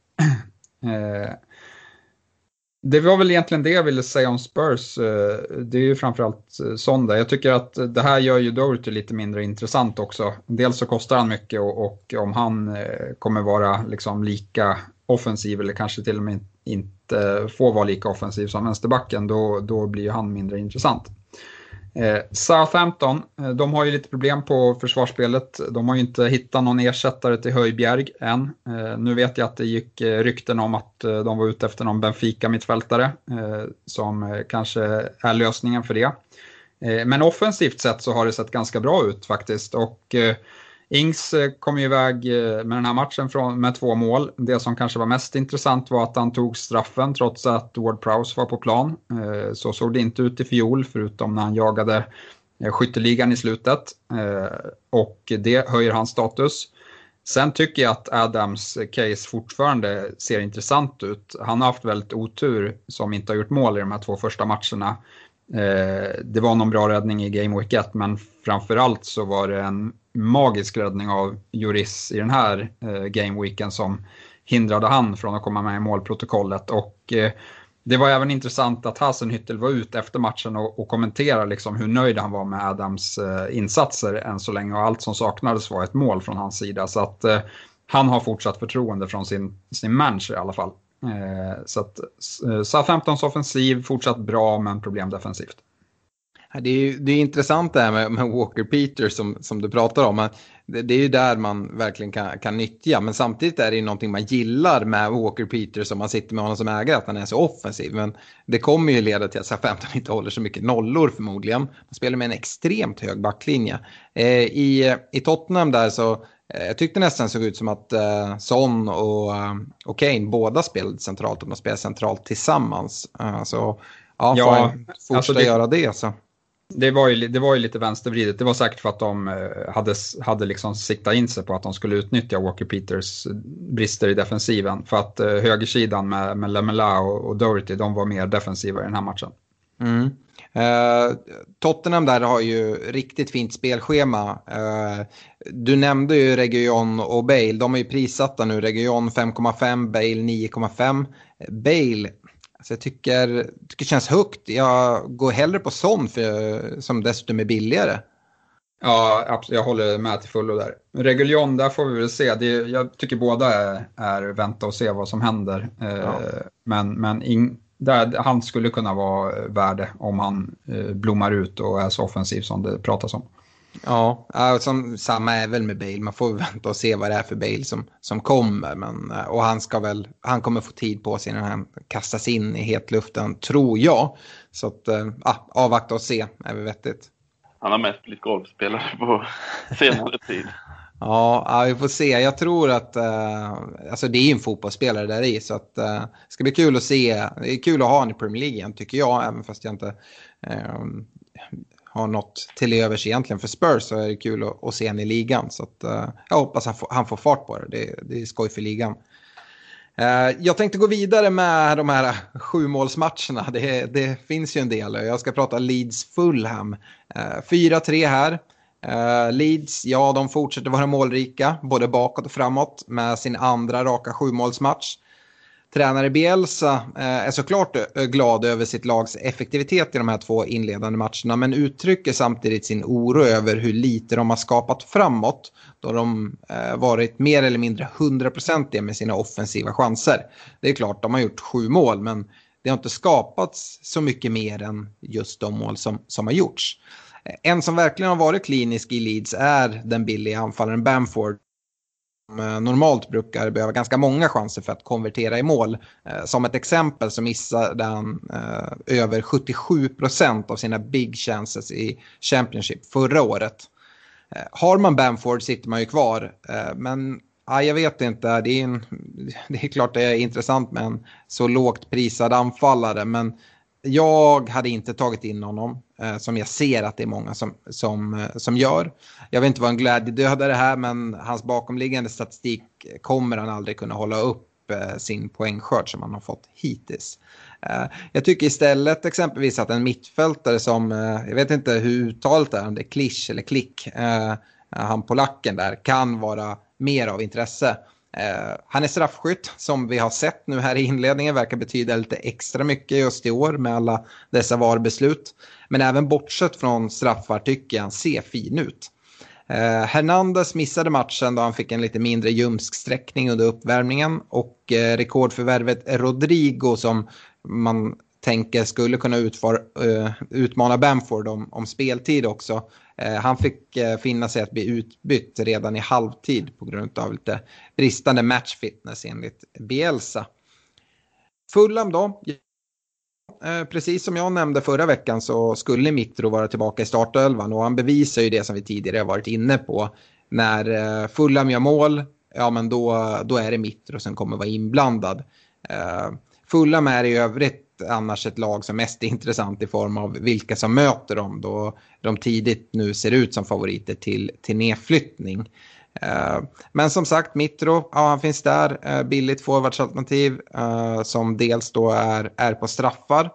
Det var väl egentligen det jag ville säga om Spurs. Det är ju framförallt Son där. Jag tycker att det här gör ju Doherty lite mindre intressant också. Dels så kostar han mycket, och om han kommer vara liksom lika offensiv, eller kanske till och med inte får vara lika offensiv som vänsterbacken, då blir ju han mindre intressant. Southampton, de har ju lite problem på försvarsspelet. De har ju inte hittat någon ersättare till Højbjerg än. Nu vet jag att det gick rykten om att de var ute efter någon Benfica-mittfältare som kanske är lösningen för det. Men offensivt sett så har det sett ganska bra ut faktiskt, och Ings kom ju iväg med den här matchen med 2 mål. Det som kanske var mest intressant var att han tog straffen trots att Ward-Prowse var på plan. Så såg det inte ut i fjol, förutom när han jagade skytteligan i slutet. Och det höjer hans status. Sen tycker jag att Adams case fortfarande ser intressant ut. Han har haft väldigt otur som inte har gjort mål i de här 2 första matcherna. Det var någon bra räddning i Game Week 1, men framförallt så var det en magisk räddning av Lloris i den här gameweeken som hindrade han från att komma med i målprotokollet. Och det var även intressant att Hasenhüttl var ut efter matchen och kommenterade liksom hur nöjd han var med Adams insatser än så länge, och allt som saknades var ett mål från hans sida. Så att han har fortsatt förtroende från sin manager i alla fall. Så att Southamptons offensiv fortsatt bra, men problem defensivt. Det är intressant det här med Walker Peters som du pratar om. Det är ju där man verkligen kan nyttja. Men samtidigt är det ju någonting man gillar med Walker Peters om man sitter med honom som ägare, att han är så offensiv. Men det kommer ju leda till att Southampton inte håller så mycket nollor förmodligen. Man spelar med en extremt hög backlinje. I Tottenham där så Jag tyckte nästan såg ut som att Son och Kane båda spelade centralt, och de spelade centralt tillsammans. Så ja, får han fortsätta göra det så. Det var ju lite vänstervridet. Det var säkert för att de hade liksom siktat in sig på att de skulle utnyttja Walker Peters brister i defensiven. För att högersidan med Lamela och Doherty, de var mer defensiva i den här matchen. Tottenham där har ju riktigt fint spelschema. Du nämnde ju Reguilon och Bale. De är ju prissatta nu. Reguilon 5,5, Bale 9,5. Bale, alltså jag tycker det känns högt. Jag går hellre på Son som dessutom är billigare. Ja, absolut. Jag håller med till fullo där. Reguilon, där får vi väl se. Jag tycker båda är vänta och se vad som händer. Där han skulle kunna vara värde om han blommar ut och är så offensiv som det pratas om. Ja, samma är väl med Bale. Man får vänta och se vad det är för Bale som kommer. Och han kommer få tid på sig när han kastas in i hetluften, tror jag. Så att avvakta och se är väl vettigt. Han har mest blivit golfspelare på senare tid. Ja, vi får se. Jag tror att alltså det är ju en fotbollsspelare där i, så att det ska bli kul att se. Det är kul att ha han i Premier League igen, tycker jag, även fast jag inte har något till övers egentligen för Spurs, så är det kul att se han i ligan. Så att jag hoppas han får fart på det. Det är skoj för ligan. Jag tänkte gå vidare med de här 7-målsmatcherna. Det finns ju en del. Jag ska prata Leeds-Fulham. 4-3 här. Leeds, ja, de fortsätter vara målrika både bakåt och framåt med sin andra raka 7-målsmatch. Tränare Bielsa är såklart glad över sitt lags effektivitet i de här 2 inledande matcherna, men uttrycker samtidigt sin oro över hur lite de har skapat framåt, då de varit mer eller mindre 100% med sina offensiva chanser. Det är klart, de har gjort 7 mål, men det har inte skapats så mycket mer än just de mål som har gjorts. En som verkligen har varit klinisk i Leeds är den billiga anfallaren Bamford. Normalt brukar behöva ganska många chanser för att konvertera i mål. Som ett exempel så missade han över 77% av sina big chances i Championship förra året. Har man Bamford sitter man ju kvar, men jag vet inte. Det är klart det är intressant med en så lågt prisad anfallare, men jag hade inte tagit in honom, som jag ser att det är många som gör. Jag vet inte vad en glädjedödare här, men hans bakomliggande statistik kommer han aldrig kunna hålla upp sin poängskörd som han har fått hittills. Jag tycker istället exempelvis att en mittfältare som, jag vet inte hur uttalet är, om det är Klisch eller Klick, han polacken där, kan vara mer av intresse. Han är straffskytt, som vi har sett nu här i inledningen, verkar betyda lite extra mycket just i år med alla dessa VAR-beslut. Men även bortsett från straffar tycker jag han ser fin ut. Hernandez missade matchen då han fick en lite mindre ljumsksträckning under uppvärmningen, och rekordförvärvet Rodrigo, som man tänker skulle kunna utmana Bamford om speltid också. Han fick finna sig att bli utbytt redan i halvtid på grund av lite bristande matchfitness enligt Bielsa. Fulham då. Precis som jag nämnde förra veckan så skulle Mitro vara tillbaka i startelvan, och han bevisar ju det som vi tidigare har varit inne på. När Fulham gör mål, ja men då är det Mitro som kommer vara inblandad. Fulham är i övrigt annars ett lag som mest är intressant i form av vilka som möter dem, då de tidigt nu ser ut som favoriter till nedflyttning. Men som sagt, Mitro, ja, han finns där, billigt forwardsalternativ som dels då är på straffar.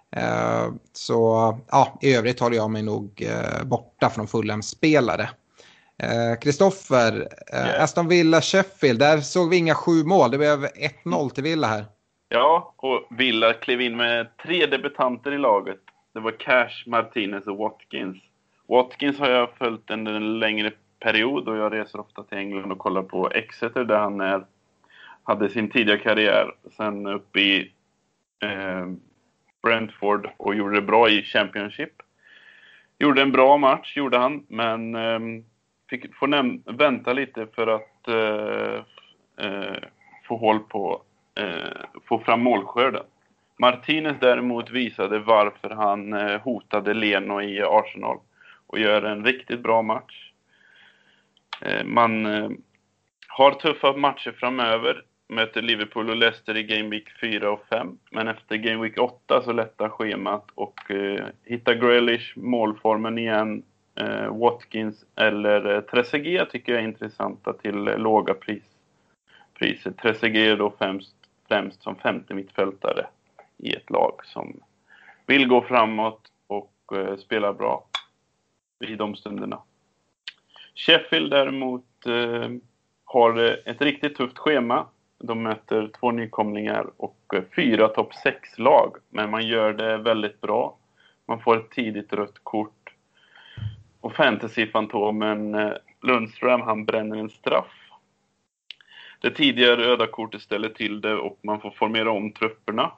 Så ja, i övrigt håller jag mig nog borta från Fulham-spelare. Kristoffer, Aston Villa Sheffield, där såg vi inga 7 mål, det blev 1-0 till Villa här. Ja, och Villa klev in med 3 debutanter i laget. Det var Cash, Martinez och Watkins. Watkins har jag följt under en längre period, och jag reser ofta till England och kollar på Exeter där han hade sin tidiga karriär. Sen upp i Brentford och gjorde det bra i Championship. Gjorde en bra match, gjorde han, men får vänta lite för att få håll på få fram målskörden. Martinez däremot visade varför han hotade Leno i Arsenal och gör en riktigt bra match. Man har tuffa matcher framöver. Möter Liverpool och Leicester i Game Week 4 och 5. Men efter Game Week 8 så lättar schemat och hittar Grealish målformen igen. Watkins eller Trezeguet tycker jag är intressanta till låga priser. Trezeguet är då främst som femte mittfältare i ett lag som vill gå framåt och spela bra i de stunderna. Sheffield däremot har ett riktigt tufft schema. De möter 2 nykomlingar och 4 topp 6-lag. Men man gör det väldigt bra. Man får ett tidigt rött kort. Och fantasy-fantomen Lundström, han bränner en straff. Det tidigare röda kortet ställer till det och man får formera om trupperna.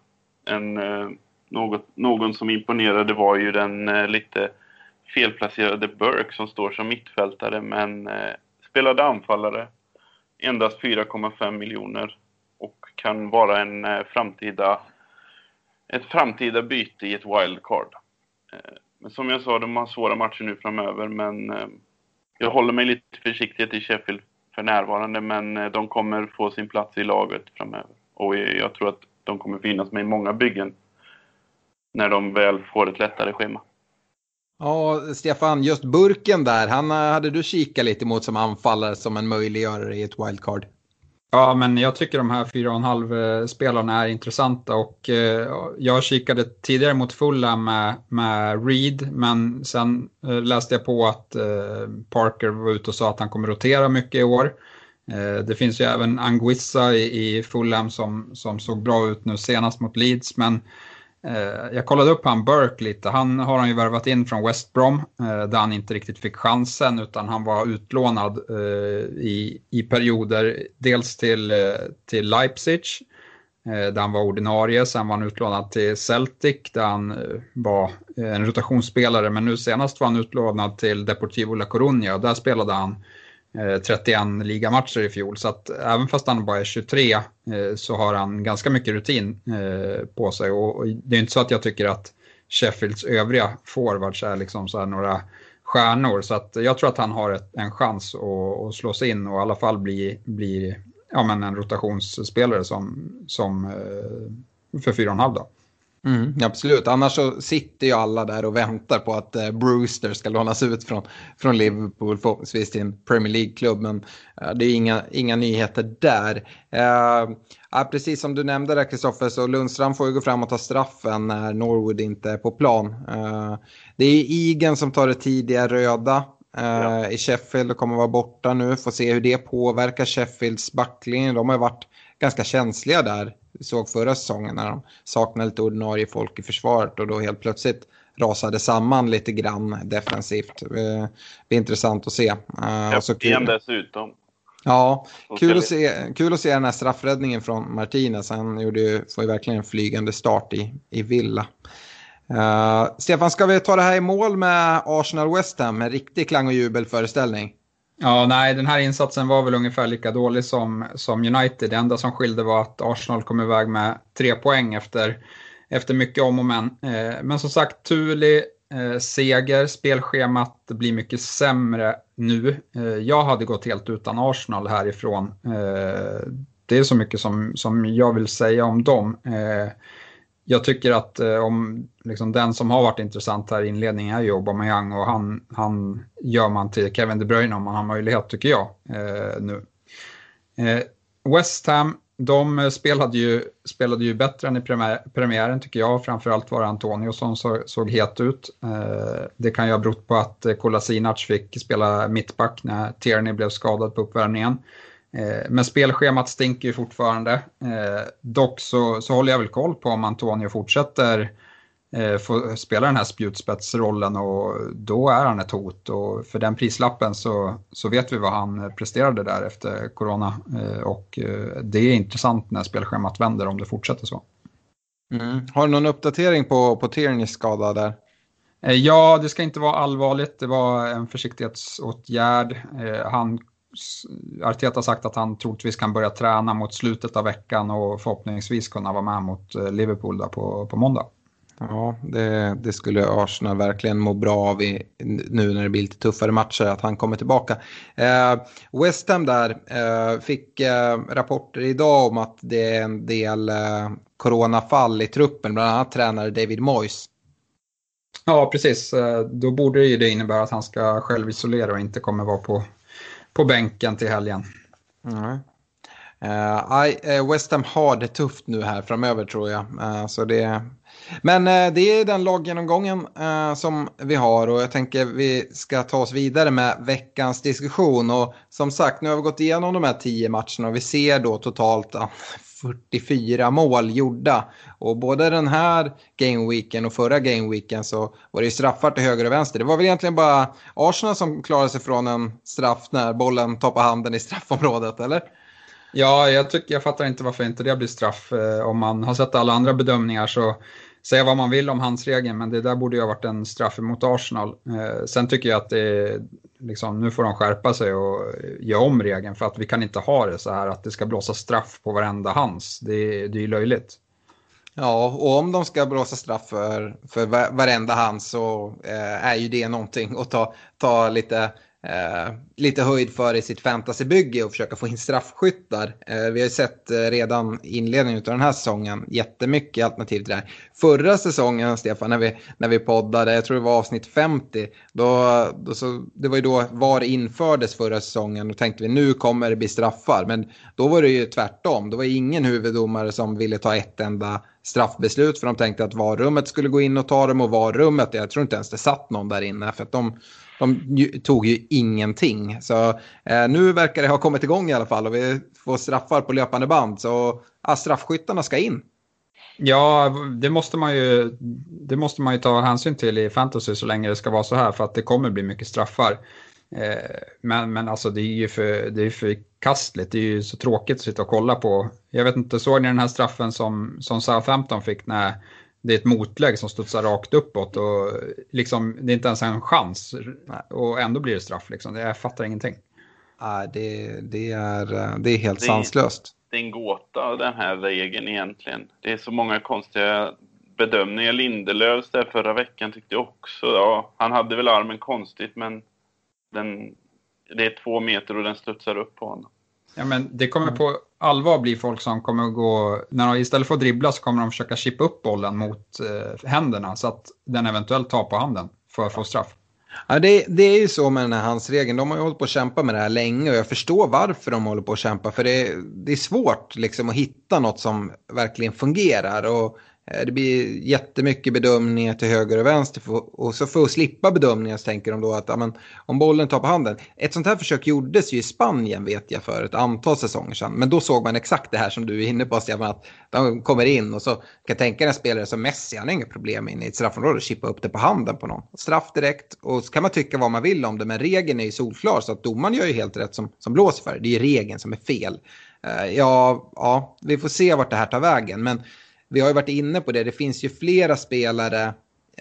Någon som imponerade var ju den lite felplacerade Burke som står som mittfältare men spelade anfallare. Endast 4,5 miljoner och kan vara ett framtida byte i ett wildcard. Men som jag sa, de har svåra matcher nu framöver, men jag håller mig lite försiktigt i Sheffield för närvarande, men de kommer få sin plats i laget framöver. Och jag tror att de kommer finnas med i många byggen när de väl får ett lättare schema. Ja, Stefan, just Burken där, han hade du kikat lite mot som anfallare som en möjliggörare i ett wildcard? Ja, men jag tycker de här 4,5 spelarna är intressanta och jag kikade tidigare mot Fulham med Reed, men sen läste jag på att Parker var ute och sa att han kommer rotera mycket i år. Det finns ju även Anguissa i Fulham som såg bra ut nu senast mot Leeds, men jag kollade upp han Burke lite. Han har ju värvat in från West Brom där han inte riktigt fick chansen utan han var utlånad i perioder dels till Leipzig där han var ordinarie, sen var han utlånad till Celtic där han var en rotationsspelare, men nu senast var han utlånad till Deportivo La Coruña och där spelade han 31 ligamatcher i fjol, så att även fast han bara är 23 så har han ganska mycket rutin på sig och det är inte så att jag tycker att Sheffields övriga forwards är liksom så här några stjärnor, så att jag tror att han har en chans att slå sig in och i alla fall bli en rotationsspelare som för 4,5 då. Absolut, annars så sitter ju alla där och väntar på att Brewster ska lånas ut från Liverpool förhoppningsvis till en Premier League-klubb, men det är inga nyheter där. Precis som du nämnde där, Kristoffer, så Lundström får ju gå fram och ta straffen när Norwood inte är på plan. Det är Igen som tar det tidiga röda i Sheffield och kommer vara borta nu. Får se hur det påverkar Sheffields backlinje. De har varit ganska känsliga där. Vi såg förra säsongen när de saknade lite ordinarie folk i försvaret och då helt plötsligt rasade samman lite grann defensivt. Det är intressant att se. Igen dessutom. Ja, kul att se den här straffräddningen från Martinez. Han får ju verkligen en flygande start i Villa. Stefan, ska vi ta det här i mål med Arsenal West Ham med riktig klang- och jubelföreställning? Ja, nej, den här insatsen var väl ungefär lika dålig som United. Det enda som skilde var att Arsenal kom iväg med 3 poäng efter mycket om och men. Men som sagt, turlig seger, spelschemat blir mycket sämre nu. Jag hade gått helt utan Arsenal härifrån. Det är så mycket som jag vill säga om dem. Jag tycker att om liksom den som har varit intressant här i inledningen är ju Aubameyang och han gör man till Kevin De Bruyne om man har möjlighet, tycker jag nu. West Ham, de spelade ju bättre än i premiären tycker jag. Framförallt var det Antonio som såg het ut. Det kan ju ha berott på att Kolasinac fick spela mittback när Tierney blev skadad på uppvärmningen. Men spelschemat stinker ju fortfarande. Dock så håller jag väl koll på om Antonio fortsätter få spela den här spjutspetsrollen, och då är han ett hot. Och för den prislappen så vet vi vad han presterade där efter corona. Och det är intressant när spelschemat vänder om det fortsätter så. Har du någon uppdatering på Tierneys skada där? Ja, det ska inte vara allvarligt. Det var en försiktighetsåtgärd. Arteta har sagt att han troligtvis kan börja träna mot slutet av veckan och förhoppningsvis kunna vara med mot Liverpool där på måndag. Ja, det skulle Arsenal verkligen må bra av nu när det blir lite tuffare matcher, att han kommer tillbaka. West Ham där fick rapporter idag om att det är en del coronafall i truppen, bland annat tränare David Moyes. Ja, precis. Då borde ju det innebära att han ska självisolera och inte kommer vara på bänken till helgen. West Ham har det tufft nu här framöver, tror jag. Men det är den laggenomgången som vi har, och jag tänker vi ska ta oss vidare med veckans diskussion. Och som sagt, nu har vi gått igenom de här 10 matcherna och vi ser då totalt 44 mål gjorda. Och både den här gameweeken och förra gameweeken så var det ju straffar till höger och vänster. Det var väl egentligen bara Arsenal som klarade sig från en straff när bollen toppade handen i straffområdet, eller? Ja, jag fattar inte varför inte det blir straff. Om man har sett alla andra bedömningar så säga vad man vill om handsregeln, men det där borde ju ha varit en straff mot Arsenal. Sen tycker jag att liksom, nu får de skärpa sig och göra om regeln, för att vi kan inte ha det så här att det ska blåsa straff på varenda hands. Det är ju löjligt. Ja, och om de ska blåsa straff för varenda hands så är ju det någonting att ta lite höjd för i sitt fantasybygge och försöka få in straffskyttar. Vi har ju sett redan inledningen av den här säsongen jättemycket alternativ till det här. Förra säsongen, Stefan, när vi poddade, jag tror det var avsnitt 50, det var ju då VAR infördes förra säsongen, och tänkte vi nu kommer det bli straffar. Men då var det ju tvärtom. Det var ingen huvuddomare som ville ta ett enda straffbeslut, för de tänkte att VAR-rummet skulle gå in och ta dem, och VAR-rummet, jag tror inte ens det satt någon där inne, för att de tog ju ingenting. Så nu verkar det ha kommit igång i alla fall, och vi får straffar på löpande band. Så straffskyttarna ska in. Ja, det måste man ju ta hänsyn till i fantasy så länge det ska vara så här, för att det kommer bli mycket straffar. Men alltså det är ju för kastligt. Det är ju så tråkigt att sitta och kolla på. Jag vet inte, såg ni den här straffen som Southampton fick när det är ett motlägg som studsar rakt uppåt och liksom, det är inte ens en chans och ändå blir det straff liksom. Jag fattar ingenting. Det är helt sanslöst. Det är en gåta, den här regeln egentligen. Det är så många konstiga bedömningar. Lindelöfs där förra veckan tyckte jag också. Ja, han hade väl armen konstigt, men det är 2 meter och den studsar upp på honom. Ja, men det kommer på allvar bli folk som kommer att gå, när de istället för att dribbla så kommer de försöka chippa upp bollen mot händerna så att den eventuellt tar på handen för att få straff. Ja, det är ju så med den här handsregeln. De har ju hållit på att kämpa med det här länge, och jag förstår varför de håller på att kämpa. För det är svårt liksom att hitta något som verkligen fungerar, och det blir jättemycket bedömningar till höger och vänster. Och så för att slippa bedömningar så tänker de då att om bollen tar på handen. Ett sånt här försök gjordes ju i Spanien, vet jag, för ett antal säsonger sedan. Men då såg man exakt det här som du är inne på, Stefan, att de kommer in och så kan jag tänka en spelare som Messi, han har inga problem in i ett straffområde och chippa upp det på handen på någon. Straff direkt, och så kan man tycka vad man vill om det, men regeln är ju solklar, så att domaren gör ju helt rätt som blåser för det. Det är ju regeln som är fel. Ja, vi får se vart det här tar vägen, men vi har ju varit inne på det. Det finns ju flera spelare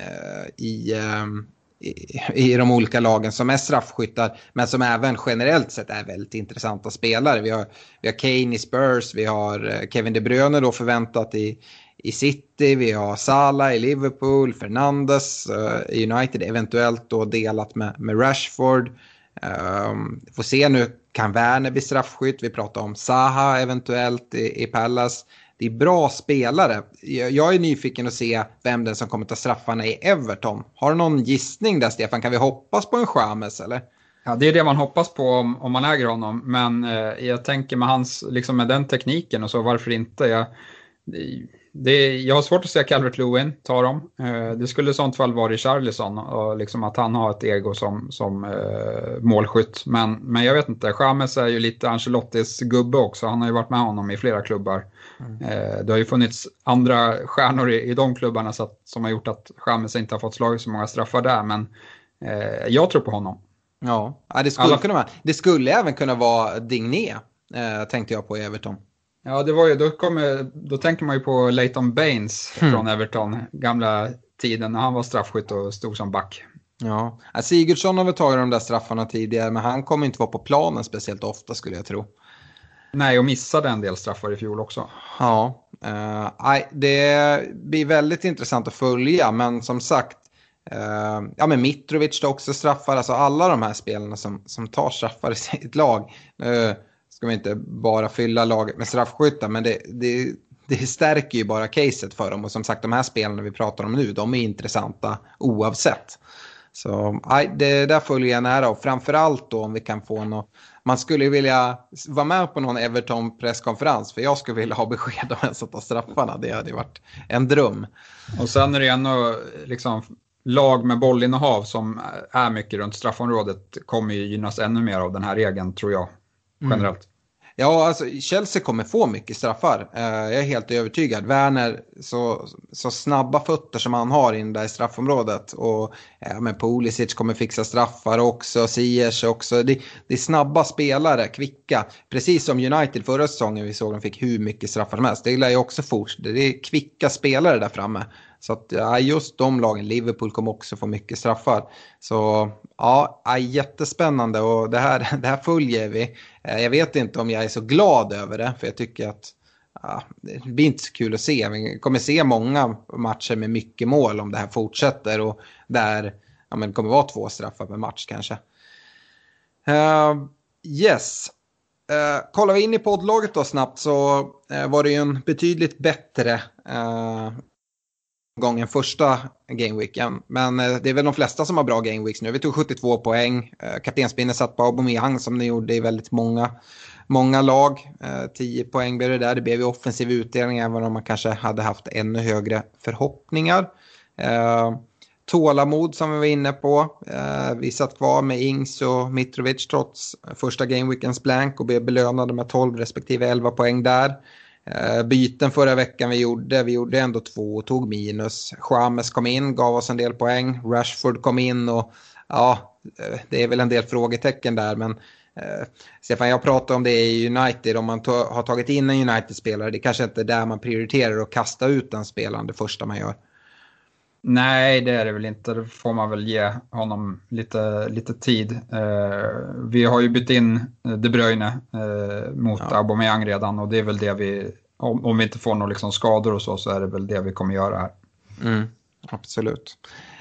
i de olika lagen som är straffskyttar, men som även generellt sett är väldigt intressanta spelare. Vi har Kane i Spurs, vi har Kevin De Bruyne då förväntat i City, vi har Salah i Liverpool, Fernandes i United, eventuellt då delat med Rashford. Får se nu, kan Werner bli straffskytt? Vi pratar om Zaha eventuellt i Palace. Det är bra spelare. Jag är nyfiken att se vem den som kommer ta straffarna i Everton. Har du någon gissning där, Stefan? Kan vi hoppas på en James, eller? Ja, det är det man hoppas på om man äger honom. Men jag tänker med hans, liksom med den tekniken och så, varför inte? Jag har svårt att se Calvert-Lewin ta dem. Det skulle i sånt fall vara Richarlison, och liksom att han har ett ego som målskytt. Men jag vet inte, James är ju lite Ancelottis gubbe också. Han har ju varit med honom i flera klubbar. Det har ju funnits andra stjärnor i de klubbarna som har gjort att James inte har fått slag så många straffar där. Men jag tror på honom. Ja, det skulle även kunna vara Digné, tänkte jag på i Everton. Ja, det var ju, då tänker man ju på Leighton Baines från Everton, gamla tiden när han var straffskytt och stod som back. Ja, Sigurdsson har väl tagit de där straffarna tidigare, men han kommer inte vara på planen speciellt ofta, skulle jag tro. Nej, och missade en del straffar i fjol också. Ja, det blir väldigt intressant att följa, men som sagt, ja, men Mitrovic tar också straffar, alltså alla de här spelarna som tar straffar i sitt lag. Ska vi inte bara fylla laget med straffskyttar, men det stärker ju bara caset för dem, och som sagt, de här spelarna vi pratar om nu, de är intressanta oavsett. Så det där följer jag nära, och framförallt då om vi kan få något. Man skulle vilja vara med på någon Everton-presskonferens, för jag skulle vilja ha besked om vem som tar straffarna. Det hade varit en dröm. Och sen är det ändå liksom lag med bollinnehav som är mycket runt straffområdet kommer ju gynnas ännu mer av den här regeln, tror jag, generellt. Ja, alltså Chelsea kommer få mycket straffar. Jag är helt övertygad. Werner, så snabba fötter som han har in där i straffområdet. Och men Pulisic kommer fixa straffar också. Ziyech också. Det är snabba spelare, kvicka. Precis som United förra säsongen vi såg de fick hur mycket straffar som helst. Det lär ju också fortsätta. Det är kvicka spelare där framme. Så att just de lagen, Liverpool kommer också få mycket straffar. Så ja, jättespännande, och det här följer vi. Jag vet inte om jag är så glad över det, för jag tycker att det blir inte så kul att se. Vi kommer se många matcher med mycket mål om det här fortsätter, och där det kommer vara 2 straffar per match kanske. Yes. Kollar vi in i poddlaget då snabbt, så var det ju en betydligt bättre gången första gameweeken. Men det är väl de flesta som har bra gameweeks nu. Vi tog 72 poäng. Kaptensbindeln satt på Aubameyang som ni gjorde i väldigt många lag. 10 poäng blev det där. Det blev ju offensiv utdelning, även om man kanske hade haft ännu högre förhoppningar. Tålamod som vi var inne på. Vi satt kvar med Ings och Mitrovic trots första gameweekens blank och blev belönade med 12 respektive 11 poäng där. Byten förra veckan vi gjorde ändå 2 och tog minus. James kom in, gav oss en del poäng. Rashford kom in, och ja, det är väl en del frågetecken där, men Stefan, jag pratar om det i United. Om man har tagit in en United-spelare, det kanske inte är där man prioriterar att kasta ut den spelaren det första man gör. Nej, det är det väl inte. Då får man väl ge honom lite tid. Vi har ju bytt in De Bruyne mot Aubameyang redan, och det är väl det vi, om vi inte får några liksom skador och så är det väl det vi kommer göra här. Absolut.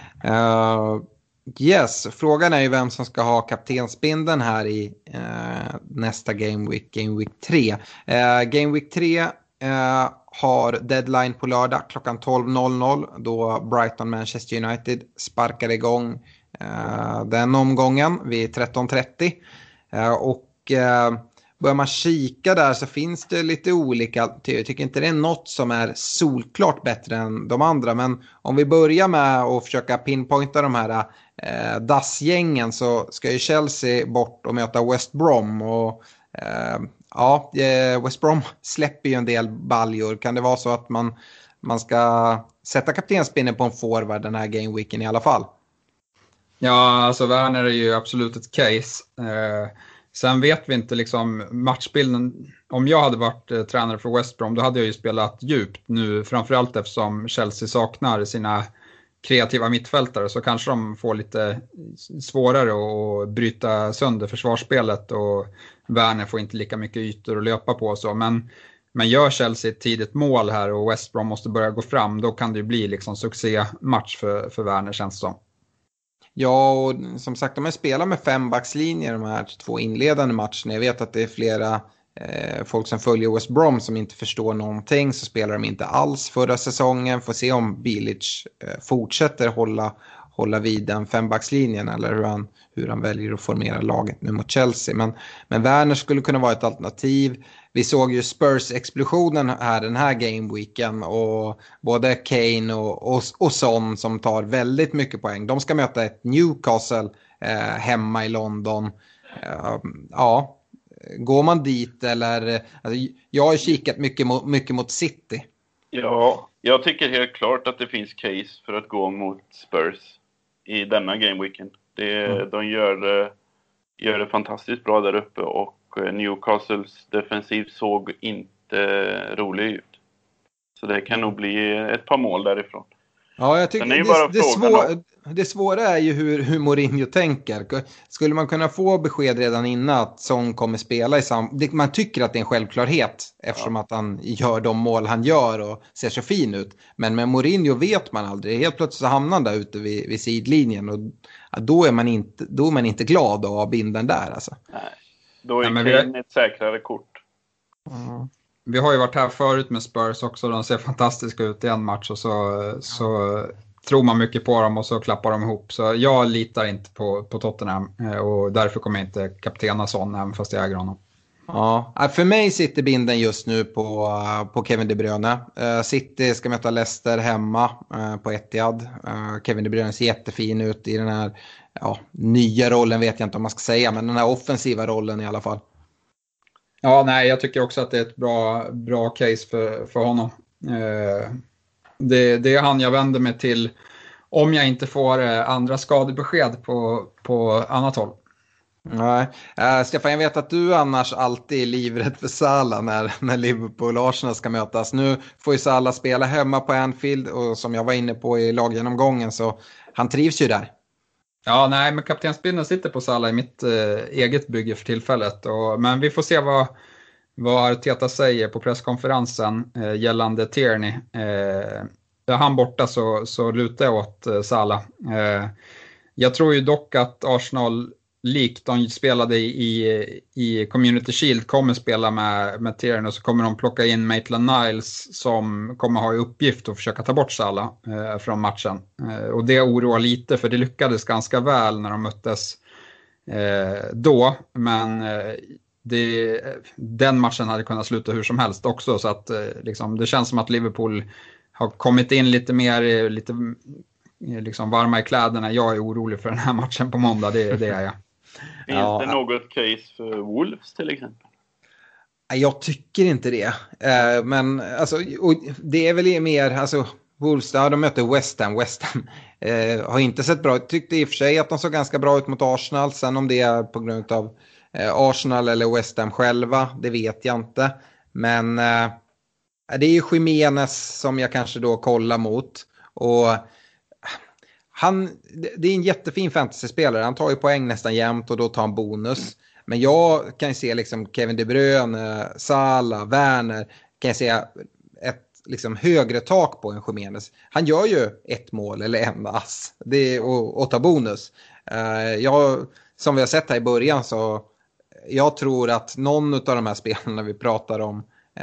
Yes, frågan är ju vem som ska ha kaptensbindeln här i nästa Game Week 3. Game Week 3 har deadline på lördag klockan 12.00 då Brighton Manchester United sparkar igång den omgången vid 13.30. Och börjar man kika där så finns det lite olika. Jag tycker inte det är något som är solklart bättre än de andra, men om vi börjar med att försöka pinpointa de här DAS-gängen, så ska ju Chelsea bort och möta West Brom, och West Brom släpper ju en del baljor. Kan det vara så att man ska sätta kaptensbindeln på en forward den här gameweeken i alla fall? Ja, alltså Werner är ju absolut ett case. Sen vet vi inte liksom matchbilden. Om jag hade varit tränare för West Brom, då hade jag ju spelat djupt nu, framförallt eftersom Chelsea saknar sina kreativa mittfältare, så kanske de får lite svårare att bryta sönder försvarsspelet, och Werner får inte lika mycket ytor att löpa på så. Men gör Chelsea ett tidigt mål här och West Brom måste börja gå fram, då kan det ju bli liksom succématch för Werner, känns det som. Ja, och som sagt, de har spelat med 5-backslinjer de här 2 inledande matcherna. Jag vet att det är flera folk som följer West Brom som inte förstår någonting, så spelar de inte alls förra säsongen. Får se om Bilic fortsätter hålla vid den 5-backslinjen, eller hur han väljer att formera laget nu mot Chelsea. Men Werner skulle kunna vara ett alternativ. Vi såg ju Spurs-explosionen här den här gameweeken, och både Kane och Son som tar väldigt mycket poäng. De ska möta ett Newcastle hemma i London. Går man dit, eller alltså, jag har kikat mycket mot City. Ja, jag tycker helt klart att det finns case för att gå mot Spurs i denna gameweeken. De gör det fantastiskt bra där uppe, och Newcastles defensiv såg inte rolig ut. Så det kan nog bli ett par mål därifrån. Ja, jag tycker det är bara det svåra är ju hur Mourinho tänker. Skulle man kunna få besked redan innan att Son kommer spela man tycker att det är en självklarhet eftersom att han gör de mål han gör och ser så fin ut. Men med Mourinho vet man aldrig. Helt plötsligt så hamnar han där ute vid sidlinjen och då är man inte glad att ha binden där. Alltså. Nej, då är Kane ett säkrare kort. Vi har ju varit här förut med Spurs också. De ser fantastiska ut i en match och så tror man mycket på dem och så klappar de ihop. Så jag litar inte på Tottenham och därför kommer jag inte kaptena Son även fast jag äger honom. Ja, för mig sitter binden just nu på Kevin De Bruyne. City ska möta Leicester hemma på Etihad. Kevin De Bruyne ser jättefin ut i den här nya rollen, vet jag inte om man ska säga, men den här offensiva rollen i alla fall. Ja, nej, jag tycker också att det är ett bra case för honom. Det är han jag vänder mig till om jag inte får andra skadebesked på annat håll. Nej. Stefan, jag vet att du annars alltid är livrädd för Salah när Liverpool och Arsenal ska mötas. Nu får ju Salah spela hemma på Anfield och som jag var inne på i laggenomgången så han trivs ju där. Ja, nej, men kaptensbindeln sitter på Salah i mitt eget bygge för tillfället. Men vi får se vad Arteta säger på presskonferensen gällande Tierney. Är han borta så lutar jag åt Salah. Jag tror ju dock att Arsenal, likt de spelade i Community Shield, kommer spela med Tierney och så kommer de plocka in Maitland-Niles som kommer ha i uppgift att försöka ta bort Salah från matchen. Och det oroar lite för det lyckades ganska väl när de möttes då, men den matchen hade kunnat sluta hur som helst också, så att liksom, det känns som att Liverpool har kommit in lite mer liksom varma i kläderna. Jag är orolig för den här matchen på måndag, det är jag. Finns det något case för Wolves till exempel? Jag tycker inte det. Men alltså, och det är väl mer, alltså Wolves, de möter West Ham. West Ham har inte sett bra ut. Tyckte i och för sig att de såg ganska bra ut mot Arsenal. Sen om det är på grund av Arsenal eller West Ham själva, det vet jag inte. Men det är ju Jimenez som jag kanske då kollar mot. Och det är en jättefin fantasyspelare. Han tar ju poäng nästan jämt och då tar han bonus. Men jag kan ju se liksom Kevin De Bruyne, Salah, Werner, kan jag se ett liksom högre tak på en Jimenez. Han gör ju ett mål eller en ass och tar bonus. Som vi har sett här i början så jag tror att någon av de här spelarna vi pratar om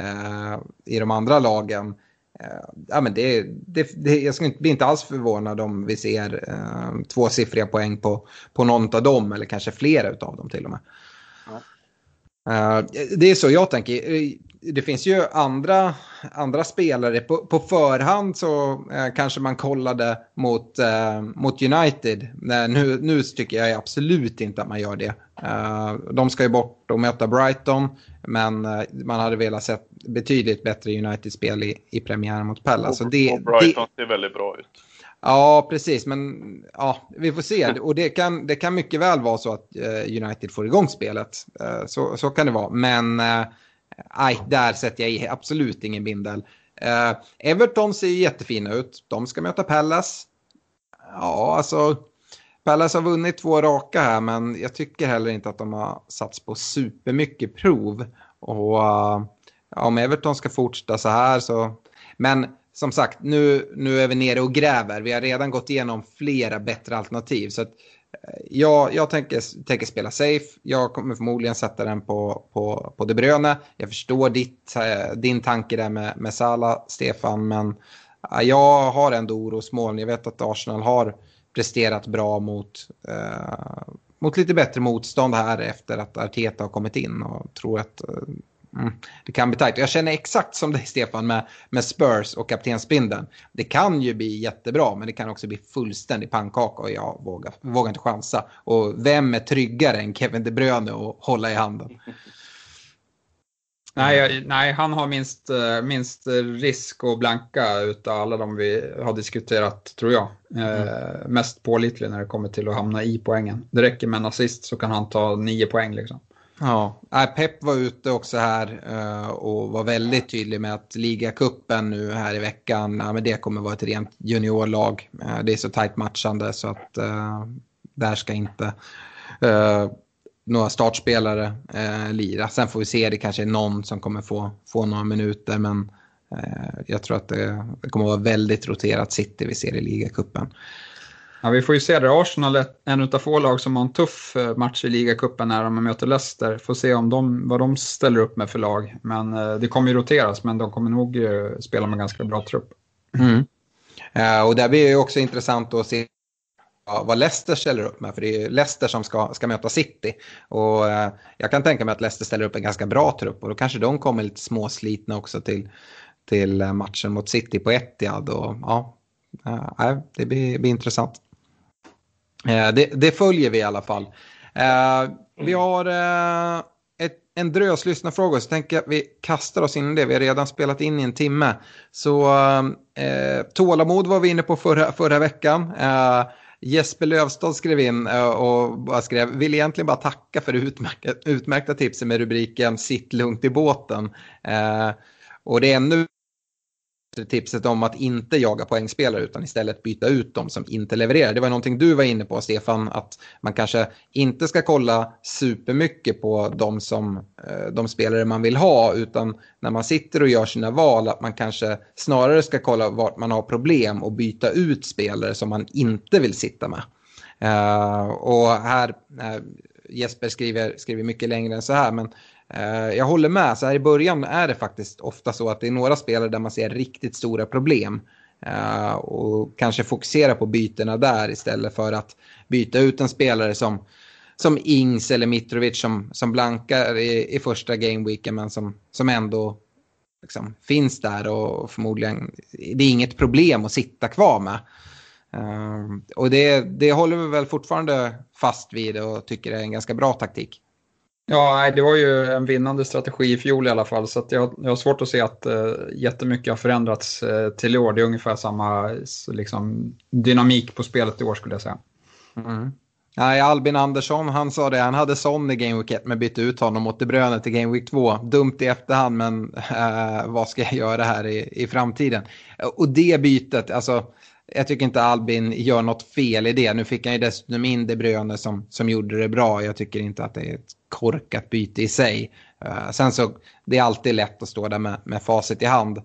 i de andra lagen, ja, men jag skulle bli inte alls förvånad om vi ser tvåsiffriga poäng på någon av dem eller kanske flera av dem till och med. Ja. Det är så jag tänker. Det finns ju andra spelare på förhand så kanske man kollade mot United. Nu tycker jag absolut inte att man gör det. De ska ju bort och möta Brighton, men man hade velat se betydligt bättre United-spel i premiären mot Palace. Och Brighton ser väldigt bra ut. Ja, precis. Men ja, vi får se. Och det kan mycket väl vara så att United får igång spelet. Så kan det vara. Men där sätter jag absolut ingen bindel. Everton ser jättefina ut. De ska möta Palace. Ja, alltså Palace har vunnit 2 raka här, men jag tycker heller inte att de har satts på supermycket prov. Och om Everton ska fortsätta så här så... Men som sagt, nu är vi nere och gräver. Vi har redan gått igenom flera bättre alternativ. Så att, jag tänker spela safe. Jag kommer förmodligen sätta den på De Bruyne. Jag förstår din tanke där med Salah, Stefan. Men jag har ändå orosmoln. Jag vet att Arsenal har presterat bra mot lite bättre motstånd här efter att Arteta har kommit in. Och tror att... det kan bli tajt. Jag känner exakt som dig, Stefan, med Spurs och kaptensbindeln. Det kan ju bli jättebra, men det kan också bli fullständig pannkaka och jag vågar inte chansa. Och vem är tryggare än Kevin De Bruyne att hålla i handen? Nej, han har minst risk och blanka utav alla de vi har diskuterat, tror jag. Mest pålitlig när det kommer till att hamna i poängen. Det räcker med en assist så kan han ta 9 poäng liksom. Ja, Pep var ute också här och var väldigt tydlig med att ligacupen nu här i veckan, men det kommer vara ett rent juniorlag. Det är så tajt matchande så att där ska inte några startspelare lira. Sen får vi se, det kanske är någon som kommer få några minuter, men jag tror att det kommer vara väldigt roterat City vi ser i ligacupen. Ja, vi får ju se det. Arsenal är en utav få lag som har en tuff match i ligacupen när de möter Leicester. Får se om vad de ställer upp med för lag. Men det kommer ju roteras, men de kommer nog spela med ganska bra trupp. Och där blir det också intressant att se vad Leicester ställer upp med. För det är Leicester som ska möta City. Och jag kan tänka mig att Leicester ställer upp en ganska bra trupp. Och då kanske de kommer lite småslitna också till matchen mot City på Etihad. Och det blir intressant. Det följer vi i alla fall. Vi har en dröslyssnarfråga, så tänker jag att vi kastar oss in i det. Vi har redan spelat in i en timme. Så tålamod var vi inne på förra veckan. Jesper Lövstad skrev in och bara skrev: vill egentligen bara tacka för utmärkta tipsen med rubriken "Sitt lugnt i båten". Och det är ännu tipset om att inte jaga poängspelare utan istället byta ut dem som inte levererar. Det var någonting du var inne på, Stefan, att man kanske inte ska kolla supermycket på de spelare man vill ha, utan när man sitter och gör sina val att man kanske snarare ska kolla vart man har problem och byta ut spelare som man inte vill sitta med. Och här Jesper skriver mycket längre än så här, men jag håller med. Så här i början är det faktiskt ofta så att det är några spelare där man ser riktigt stora problem och kanske fokusera på bytena där istället för att byta ut en spelare som Ings eller Mitrovic som blankar i första gameweeken, men som ändå liksom finns där och förmodligen det är inget problem att sitta kvar med. Och det håller vi väl fortfarande fast vid och tycker det är en ganska bra taktik. Ja, det var ju en vinnande strategi i fjol i alla fall, så att jag har svårt att se att jättemycket har förändrats till i år. Det är ungefär samma liksom, dynamik på spelet i år, skulle jag säga. Nej, Albin Andersson, han sa det. Han hade Son i Game Week 1 men bytte ut honom mot De Bruyne till Game Week 2. Dumt i efterhand, men vad ska jag göra här i framtiden? Och det bytet, alltså jag tycker inte Albin gör något fel i det. Nu fick han ju dessutom in De Bruyne som gjorde det bra. Jag tycker inte att det är ett korkat byte i sig. Sen så, det är alltid lätt att stå där med facit i hand.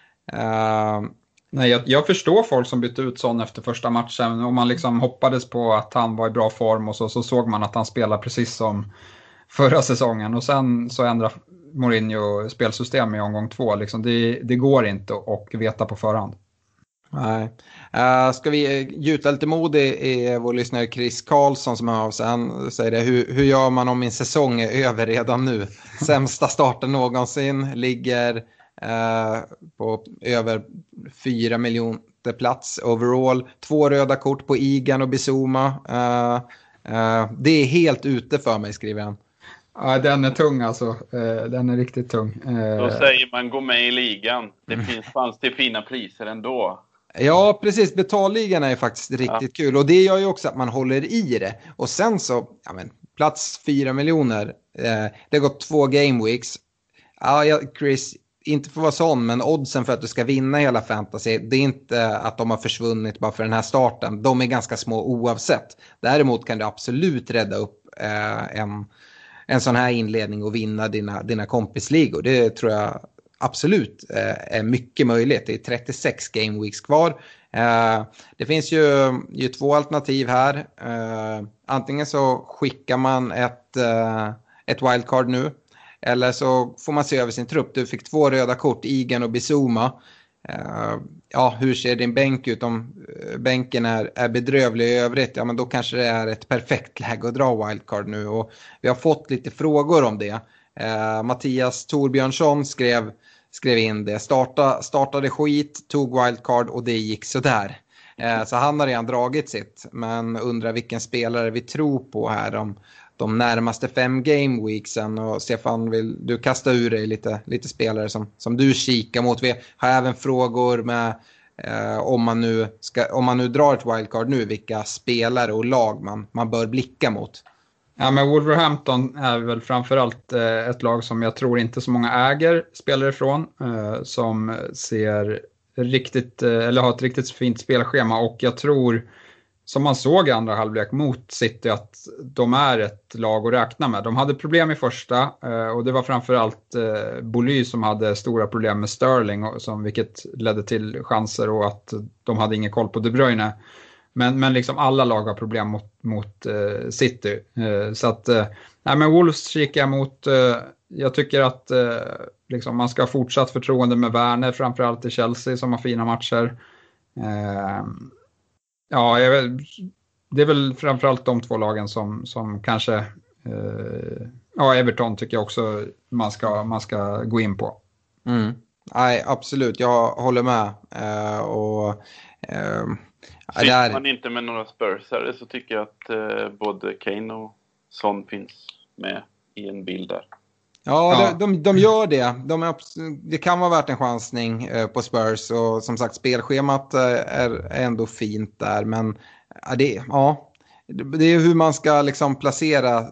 Nej, jag förstår folk som bytte ut Son efter första matchen. Om man liksom hoppades på att han var i bra form och så såg man att han spelar precis som förra säsongen. Och sen så ändrar Mourinho spelsystem i omgång 2. Liksom det går inte att veta på förhand. Nej. Ska vi gjuta lite mod i vår lyssnare Chris Karlsson som har av sig. Han säger det: hur gör man om min säsong är över redan nu? Sämsta starten någonsin, ligger på över 4 miljoner plats overall. 2 röda kort på Igan och Bissouma. Det är helt ute för mig, skriver han. Ja, den är tung alltså. Den är riktigt tung. Då säger man gå med i ligan. Det fanns till fina priser ändå. Ja, precis. Betalligan är faktiskt riktigt kul. Och det gör ju också att man håller i det. Och sen så, plats 4 miljoner. Det har gått 2 gameweeks. Ja, Chris, inte för att vara sån, men oddsen för att du ska vinna hela fantasy, det är inte att de har försvunnit bara för den här starten. De är ganska små oavsett. Däremot kan du absolut rädda upp en sån här inledning och vinna dina kompisligor. Det tror jag absolut är mycket möjligt. Det är 36 game weeks kvar. Det finns ju 2 alternativ här. Antingen så skickar man ett wildcard nu, eller så får man se över sin trupp. Du fick 2 röda kort, Igan och Bissouma. Hur ser din bänk ut? Om bänken är bedrövlig i övrigt, men då kanske det är ett perfekt läge att dra wildcard nu. Och vi har fått lite frågor om det. Mattias Torbjörnsson skrev in det. Startade skit, tog wildcard och det gick så där. Så han har redan dragit sitt, men undrar vilken spelare vi tror på här de närmaste 5 game weeksen. Och Stefan, vill du kasta ur dig lite spelare som du kikar mot? Vi har även frågor med om man nu drar ett wildcard nu, vilka spelare och lag man bör blicka mot. Ja, men Wolverhampton är väl framförallt ett lag som jag tror inte så många äger spelare ifrån, som ser riktigt, eller har ett riktigt fint spelschema, och jag tror, som man såg i andra halvlek mot City, att de är ett lag att räkna med. De hade problem i första, och det var framförallt Boly som hade stora problem med Sterling, vilket ledde till chanser, och att de hade ingen koll på De Bruyne. Men liksom alla lag har problem mot City. Så att, nej, men Wolves kikar jag mot. Jag tycker att liksom man ska ha fortsatt förtroende med Werner, framförallt i Chelsea som har fina matcher. Ja, det är väl framförallt de två lagen som kanske, ja, Everton tycker jag också man ska gå in på. Nej, absolut, jag håller med. Sitter man inte med några Spursare så tycker jag att både Kane och Son finns med i en bild där. Ja, de gör det. Det kan vara värt en chansning på Spurs, och som sagt spelschemat är ändå fint där, men det är hur man ska liksom placera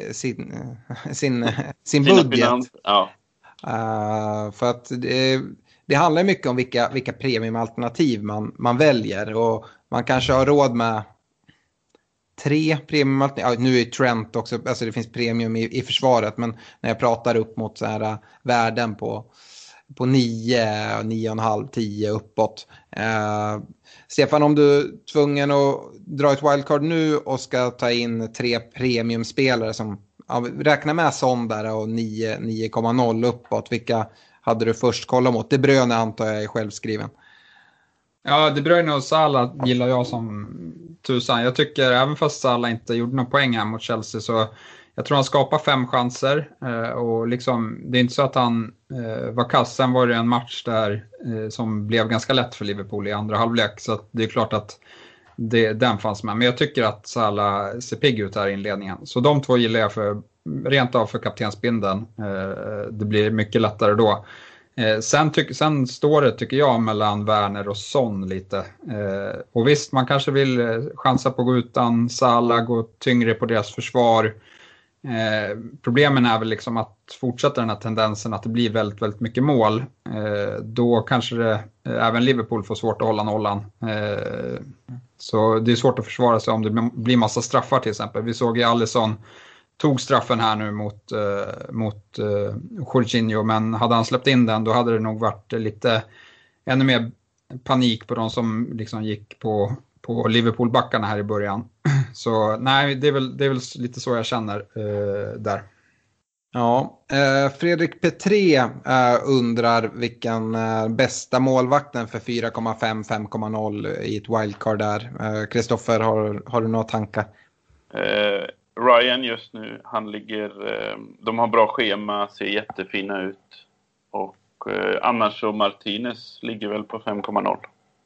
sin budget. Ja. För att det handlar mycket om vilka premiumalternativ man väljer, och man kanske har råd med 3 premiumalternativ. Ja, nu är Trent också, alltså det finns premium i försvaret, men när jag pratar upp mot så här värden på 9, 9,5, 10 uppåt. Stefan, om du är tvungen att dra ett wildcard nu och ska ta in 3 premiumspelare som räknar med Son där och 9,0 uppåt, vilka hade du först kollat mot? De Bruyne antar jag är självskriven. Ja, De Bruyne och Salah gillar jag som tusan. Jag tycker, även fast Salah inte gjorde någon poäng här mot Chelsea, så jag tror han skapar 5 chanser. Och liksom, det är inte så att han var kass. Sen var det en match där som blev ganska lätt för Liverpool i andra halvlek. Så att det är klart att den fanns med. Men jag tycker att Salah ser pigg ut här i inledningen. Så de två gillar jag rent av för kaptensbindeln. Det blir mycket lättare då. Sen står det, tycker jag, mellan Werner och Son lite. Och visst, man kanske vill chansa på att gå utan Salah, gå tyngre på deras försvar. Problemen är väl liksom att fortsätta den här tendensen att det blir väldigt, väldigt mycket mål. Då kanske även Liverpool får svårt att hålla nollan. Så det är svårt att försvara sig om det blir massa straffar till exempel. Vi såg ju Alisson tog straffen här nu mot Jorginho, men hade han släppt in den, då hade det nog varit lite ännu mer panik på de som liksom gick på Liverpool-backarna här i början. Så nej, det är väl lite så jag känner där. Ja, Fredrik Petré undrar vilken bästa målvakten för 4,5, 5,0 i ett wildcard där. Kristoffer, har du några tankar? Ryan just nu, han ligger, de har bra schema, ser jättefina ut. Och annars så Martinez ligger väl på 5,0.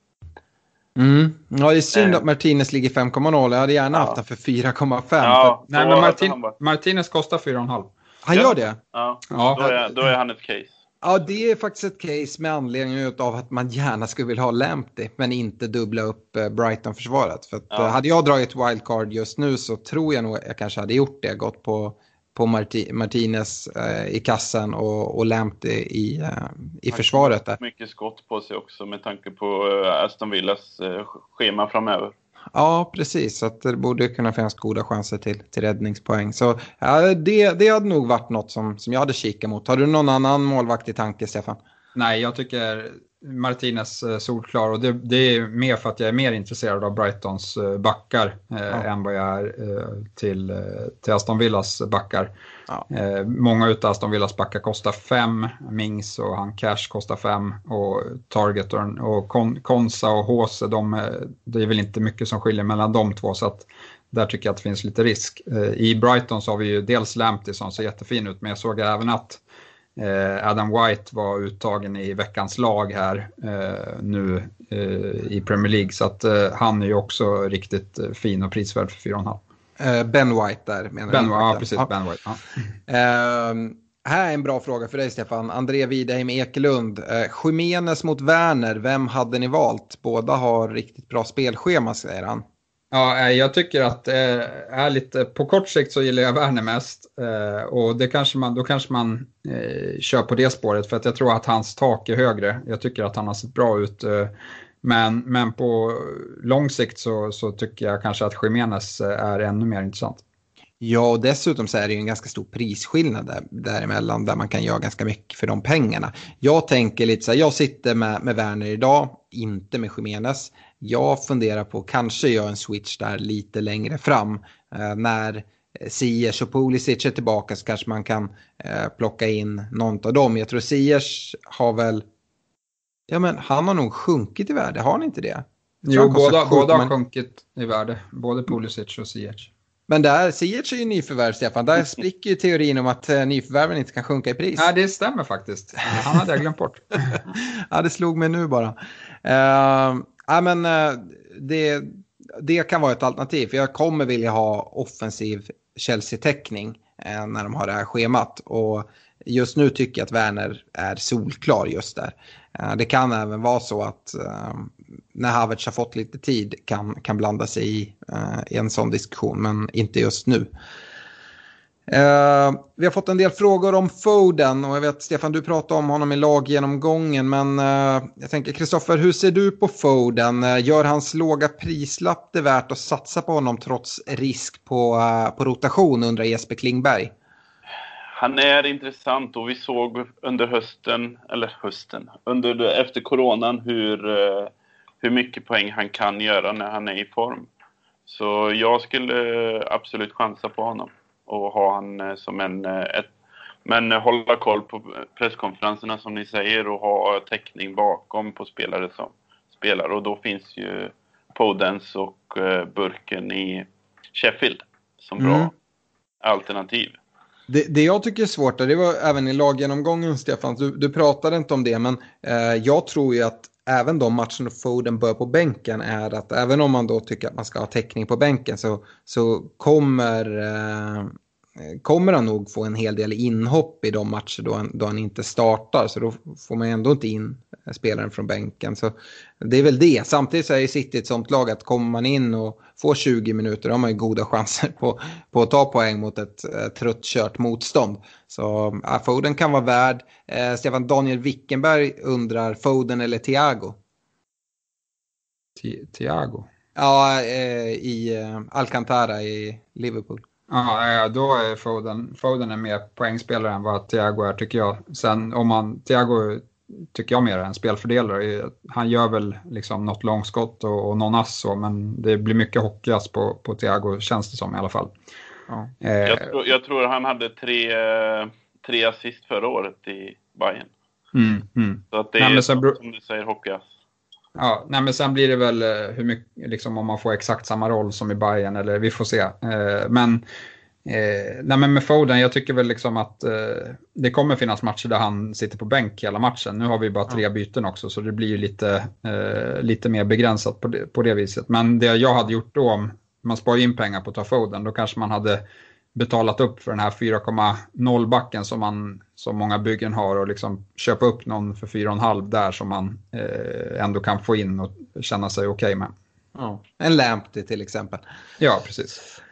Ja, det är synd att Martinez ligger 5,0. Jag hade gärna haft han för 4,5. Ja, nej, men Martinez kostar 4,5. Han gör det? Ja. Då är han ett case. Ja, det är faktiskt ett case med anledning av att man gärna skulle vilja ha Lamptey, men inte dubbla upp Brighton-försvaret. För att, hade jag dragit wildcard just nu så tror jag nog jag kanske hade gjort det. Gått på Martinez i kassen och Lamptey i försvaret där. Mycket skott på sig också med tanke på Aston Villas schema framöver. Ja, precis. Så att det borde kunna finnas goda chanser till räddningspoäng. Så ja, det hade nog varit något som jag hade kikat mot. Har du någon annan målvakt i tanke, Stefan? Nej, jag tycker Martinez solklar, och det är mer för att jag är mer intresserad av Brightons backar än vad jag är till Aston Villas backar. Ja. Många utav Aston Villas backar kostar 5, Mings och han Cash kostar 5, och Target och Konsa och Hose, det är väl inte mycket som skiljer mellan de två, så att där tycker jag att det finns lite risk. I Brighton så har vi ju dels Lamptey som ser jättefin ut, men jag såg även att Adam White var uttagen i veckans lag här nu i Premier League, så att han är ju också riktigt fin och prisvärd för 4,5. Ben White där menar Ben, ja, precis, ja. Ben White. Ja. Här är en bra fråga för dig, Stefan. André Widheim Ekelund. Jimenez mot Werner, vem hade ni valt? Båda har riktigt bra spelschema, säger han. Ja, jag tycker att är lite, på kort sikt så gillar jag Werner mest och då kanske man kör på det spåret, för att jag tror att hans tak är högre. Jag tycker att han har sett bra ut, men på lång sikt så tycker jag kanske att Jimenez är ännu mer intressant. Ja, och dessutom så är det ju en ganska stor prisskillnad däremellan, där man kan göra ganska mycket för de pengarna. Jag tänker lite så här, jag sitter med Werner idag, inte med Jimenez. Jag funderar på kanske göra en switch där lite längre fram. När Ziyech och Pulisic är tillbaka så kanske man kan plocka in någon av dem. Jag tror Ziyech har väl, ja men han har nog sjunkit i värde, har han inte det? Jo, båda har sjunkit i värde, både Pulisic och Ziyech. Men där, Ziyech är ju nyförvärv, Stefan. Där spricker ju teorin om att nyförvärven inte kan sjunka i pris. Ja, det stämmer faktiskt. Han hade jag glömt bort. Ja, det slog mig nu bara. Men det kan vara ett alternativ. För jag kommer vilja ha offensiv Chelsea-täckning när de har det här schemat. Och just nu tycker jag att Werner är solklar just där. Det kan även vara så att när Havertz har fått lite tid kan blanda sig i en sån diskussion, men inte just nu. Vi har fått en del frågor om Foden, och jag vet, Stefan, du pratade om honom i laggenomgången, men jag tänker, Kristoffer, hur ser du på Foden? Gör hans låga prislapp det värt att satsa på honom trots risk på rotation, undrar Jesper Klingberg? Han är intressant, och vi såg under efter coronan hur mycket poäng han kan göra när han är i form. Så jag skulle absolut chansa på honom och ha han som men hålla koll på presskonferenserna som ni säger, och ha täckning bakom på spelare som spelar. Och då finns ju Podence och Burken i Sheffield som bra alternativ. Det jag tycker är svårt, det var även i laggenomgången, Stefan, du pratade inte om det, men jag tror ju att även de matcherna Foden bör på bänken är att även om man då tycker att man ska ha täckning på bänken så kommer han nog få en hel del inhopp i de matcher då han inte startar, så då får man ändå inte in spelaren från bänken. Så det är väl det. Samtidigt så är City ett sånt lag att kommer man in och får 20 minuter, då har man ju goda chanser på att ta poäng mot ett tröttkört motstånd. Så Foden kan vara värd. Stefan, Daniel Wickenberg undrar Foden eller Thiago? Thiago? Ja, i Alcantara i Liverpool. Ja, då är Foden är mer poängspelare än vad Thiago är, tycker jag. Sen Thiago tycker jag mer är en spelfördelare. Han gör väl liksom något långskott och någon ass så, men det blir mycket hockeyass på Thiago, känns det som i alla fall. Ja. Jag tror han hade tre assist förra året i Bayern. Så att det är som du säger, hockeyass. Ja, men sen blir det väl hur mycket, liksom, om man får exakt samma roll som i Bayern, eller vi får se. Men med Foden, jag tycker väl liksom att det kommer finnas matcher där han sitter på bänk hela matchen. Nu har vi bara 3 byten också, så det blir ju lite mer begränsat på det viset. Men det jag hade gjort då, om man sparar in pengar på att ta Foden, då kanske man hade betalat upp för den här 4,0 backen som många byggen har, och liksom köpa upp någon för 4,5 där som man ändå kan få in och känna sig okej med. Ja. En Lamptey till exempel. Ja, precis.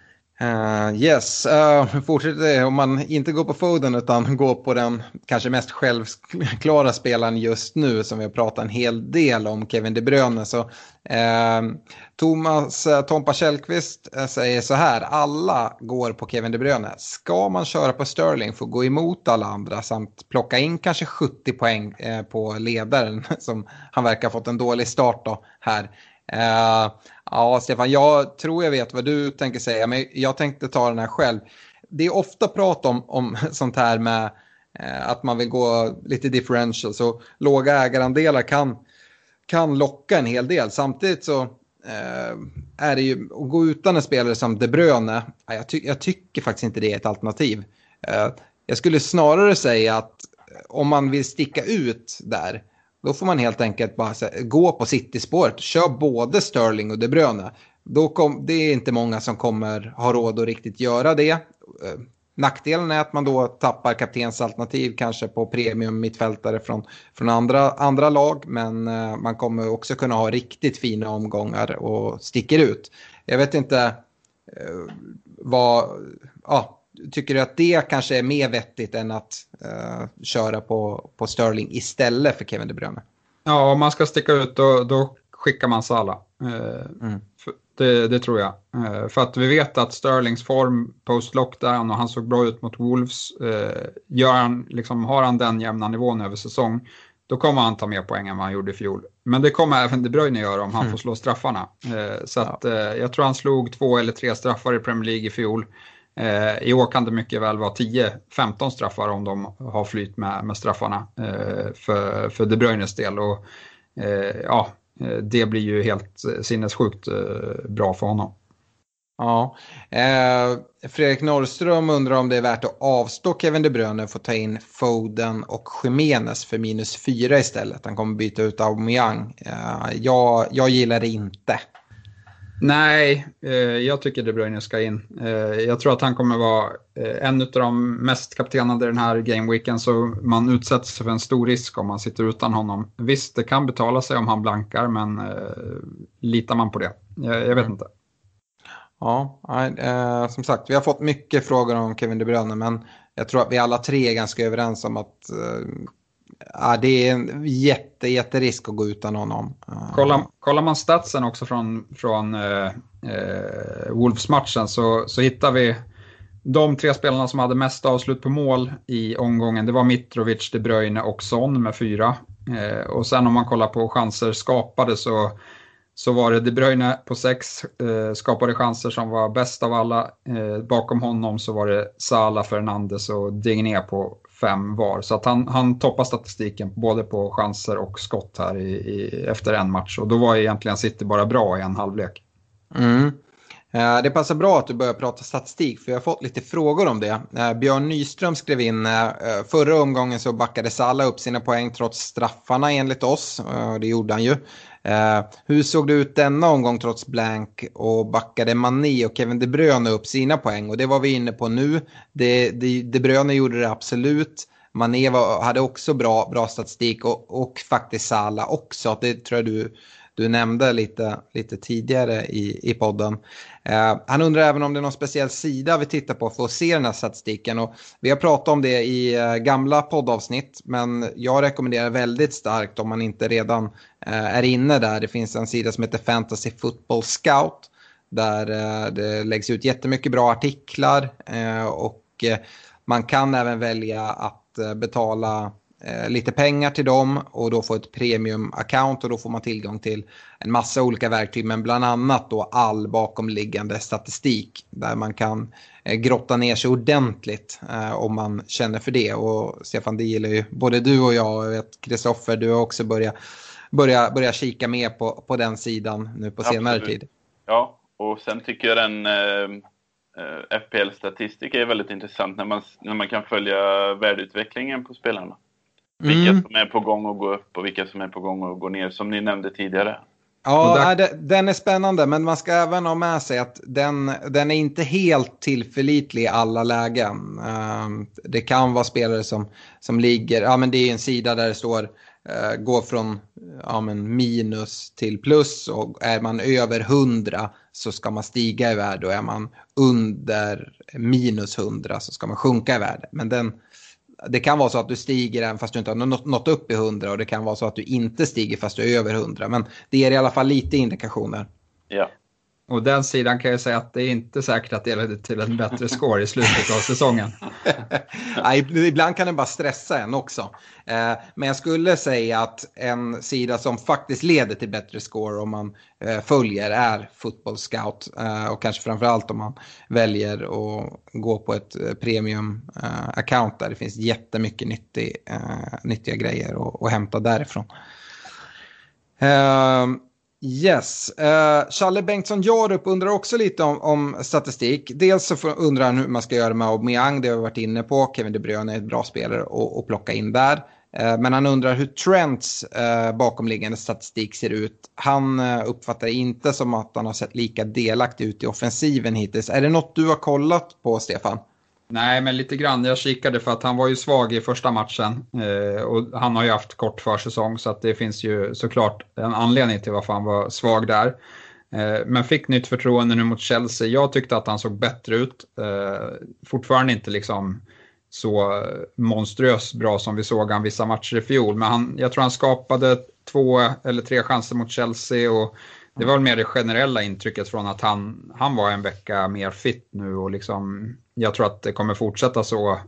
Fortsätter om man inte går på Foden utan går på den kanske mest självklara spelaren just nu, som vi har pratat en hel del om, Kevin De Bruyne. Så Thomas Tompa Källqvist säger så här: alla går på Kevin De Bruyne. Ska man köra på Sterling för att gå emot alla andra samt plocka in kanske 70 poäng på ledaren som han verkar ha fått en dålig start då här? Ja, Stefan, jag tror jag vet vad du tänker säga, men jag tänkte ta den här själv. Det är ofta prat om sånt här med att man vill gå lite differential, så låga ägarandelar kan locka en hel del. Samtidigt så är det ju att gå utan en spelare som De Bruyne, jag tycker faktiskt inte det är ett alternativ. Jag skulle snarare säga att om man vill sticka ut där, då får man helt enkelt bara gå på City-spåret. Kör både Sterling och De Bruyne. Det är inte många som kommer ha råd att riktigt göra det. Nackdelen är att man då tappar kaptensalternativ kanske på premium mittfältare från andra lag. Men man kommer också kunna ha riktigt fina omgångar och sticker ut. jag vet inte tycker du att det kanske är mer vettigt än att köra på Sterling istället för Kevin De Bruyne? Ja, om man ska sticka ut då skickar man Salah. Det tror jag. För att vi vet att Sterlings form post-lockdown och han såg bra ut mot Wolves. Har han den jämna nivån över säsong, då kommer han ta mer poäng än vad han gjorde i fjol. Men det kommer även De Bruyne göra om han får slå straffarna. Jag tror han slog 2 eller 3 straffar i Premier League i fjol. I år kan det mycket väl vara 10-15 straffar om de har flyt med straffarna för De Bruynes del. Och det blir ju helt sinnessjukt bra för honom. Ja, Fredrik Norrström undrar om det är värt att avstå Kevin De Bruyne och få ta in Foden och Jimenez för -4 istället. Han kommer byta ut Aubameyang. Jag gillar det inte. Nej, jag tycker De Bruyne ska in. Jag tror att han kommer vara en av de mest kaptenade den här gameweeken, så man utsätts för en stor risk om man sitter utan honom. Visst, det kan betala sig om han blankar, men litar man på det? Jag vet inte. Ja, som sagt, vi har fått mycket frågor om Kevin De Bruyne, men jag tror att vi alla 3 är ganska överens om att det är en jätterisk att gå utan honom. Kollar man statsen också från Wolves-matchen så hittar vi de 3 spelarna som hade mest avslut på mål i omgången. Det var Mitrovic, De Bruyne och Son med 4. Och sen om man kollar på chanser skapade så var det De Bruyne på 6 skapade chanser som var bäst av alla. Bakom honom så var det Salah, Fernandes och Digne på 5 var. Så att han toppar statistiken både på chanser och skott här efter en match. Och då var egentligen City bara bra i en halvlek. Det passar bra att du börjar prata statistik, för jag har fått lite frågor om det. Björn Nyström skrev in förra omgången så backade Salah upp sina poäng trots straffarna enligt oss. Det gjorde han ju. Hur såg det ut denna omgång trots blank, och backade Mané och Kevin De Bruyne upp sina poäng? Och det var vi inne på nu. De Bruyne gjorde det absolut. Mané hade också bra statistik och faktiskt Salah också. Det tror jag du nämnde lite tidigare i podden. Han undrar även om det är någon speciell sida vi tittar på för att se den här statistiken. Och vi har pratat om det i gamla poddavsnitt, men jag rekommenderar väldigt starkt om man inte redan är inne där. Det finns en sida som heter Fantasy Football Scout där det läggs ut jättemycket bra artiklar och man kan även välja att betala lite pengar till dem och då få ett premium-account, och då får man tillgång till en massa olika verktyg, men bland annat då all bakomliggande statistik där man kan grotta ner sig ordentligt om man känner för det. Och Stefan, det gillar ju både du och jag vet Kristoffer, du har också börja kika med på den sidan nu på senare tid. Ja, och sen tycker jag den FPL-statistik är väldigt intressant när man kan följa värdeutvecklingen på spelarna. Vilka som är på gång att gå upp och vilka som är på gång att gå ner, som ni nämnde tidigare. Ja, den är spännande, men man ska även ha med sig att den är inte helt tillförlitlig i alla lägen. Det kan vara spelare som ligger, men det är en sida där det står gå från minus till plus, och är man över 100 så ska man stiga i värde, och är man under minus 100 så ska man sjunka i värde. Men det kan vara så att du stiger även fast du inte har nått upp i 100, och det kan vara så att du inte stiger fast du är över 100. Men det är i alla fall lite indikationer. Ja. Och den sidan kan jag säga att det är inte säkert att det leder till en bättre score i slutet av säsongen. Nej, ibland kan den bara stressa en också. Men jag skulle säga att en sida som faktiskt leder till bättre score om man följer är Football Scout. Och kanske framförallt om man väljer att gå på ett premium-account där det finns jättemycket nyttiga grejer att hämta därifrån. Yes. Challe Bengtsson Jarup undrar också lite om statistik. Dels så undrar han hur man ska göra med Aubameyang, det har vi varit inne på. Kevin De Bruyne är ett bra spelare att plocka in där. Men han undrar hur Trents bakomliggande statistik ser ut. Han uppfattar inte som att han har sett lika delaktig ut i offensiven hittills. Är det något du har kollat på, Stefan? Nej, men lite grann. Jag kikade för att han var ju svag i första matchen och han har ju haft kort försäsong, så att det finns ju såklart en anledning till varför han var svag där. Men fick nytt förtroende nu mot Chelsea. Jag tyckte att han såg bättre ut. Fortfarande inte liksom så monstruös bra som vi såg han vissa matcher i fjol. Men jag tror han skapade 2 eller 3 chanser mot Chelsea. Och det var det generella intrycket från att han var en vecka mer fit nu. Och liksom, jag tror att det kommer fortsätta så.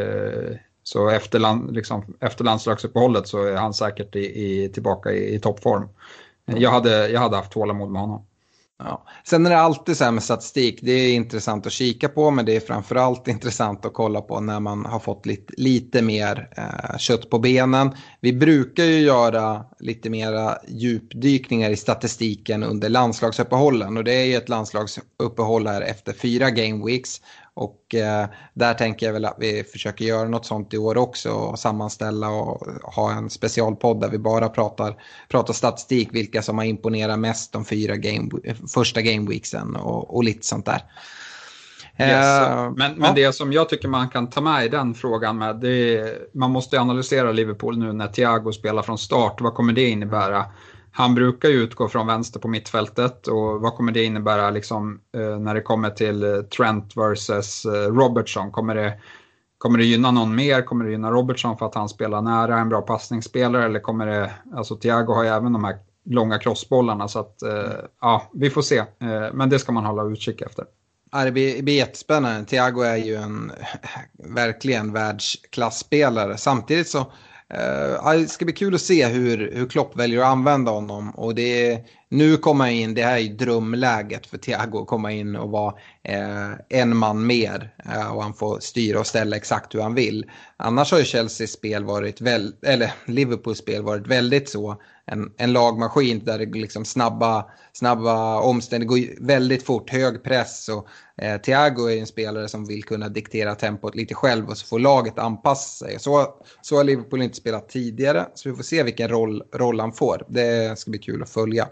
Så efter landslagsuppehållet så är han säkert tillbaka i toppform. Jag hade haft tålamod med honom. Ja. Sen är det alltid så här med statistik, det är intressant att kika på, men det är framförallt intressant att kolla på när man har fått lite mer kött på benen. Vi brukar ju göra lite mera djupdykningar i statistiken under landslagsuppehållen, och det är ju ett landslagsuppehåll här efter 4 game weeks. Och där tänker jag väl att vi försöker göra något sånt i år också och sammanställa och ha en specialpodd där vi bara pratar statistik, vilka som har imponerat mest de 4 första gameweeksen och lite sånt där. Yes. Men det som jag tycker man kan ta med i den frågan med, det är, man måste analysera Liverpool nu när Thiago spelar från start. Vad kommer det innebära? Han brukar ju utgå från vänster på mittfältet, och vad kommer det innebära liksom, när det kommer till Trent versus Robertson? Kommer det gynna någon mer? Kommer det gynna Robertson för att han spelar nära en bra passningsspelare? Eller kommer det, alltså Thiago har ju även de här långa crossbollarna, så att ja, vi får se. Men det ska man hålla utkik efter. Det blir jättespännande. Thiago är ju en verkligen världsklasspelare. Samtidigt så det ska bli kul att se hur Klopp väljer att använda honom. Och nu kommer han in, det här är ju drömläget för Thiago att komma in och vara en man mer. Och han får styra och ställa exakt hur han vill. Annars har ju Chelseas spel varit Liverpools spel varit väldigt så. En lagmaskin där det liksom snabba omständigheter, går väldigt fort, hög press, och Thiago är en spelare som vill kunna diktera tempot lite själv och så får laget anpassa sig. Så har Liverpool inte spelat tidigare, så vi får se vilken roll han får. Det ska bli kul att följa.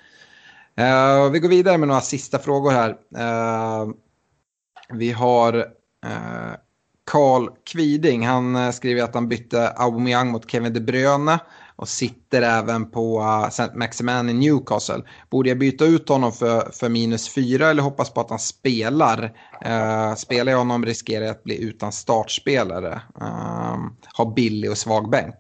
Vi går vidare med några sista frågor här. Vi har Carl Kviding, han skriver att han bytte Aubameyang mot Kevin De Bruyne och sitter även på St. Maximan i Newcastle. Borde jag byta ut honom för -4 eller hoppas på att han spelar? Spelar jag honom riskerar jag att bli utan startspelare. Ha billig och svag bänk.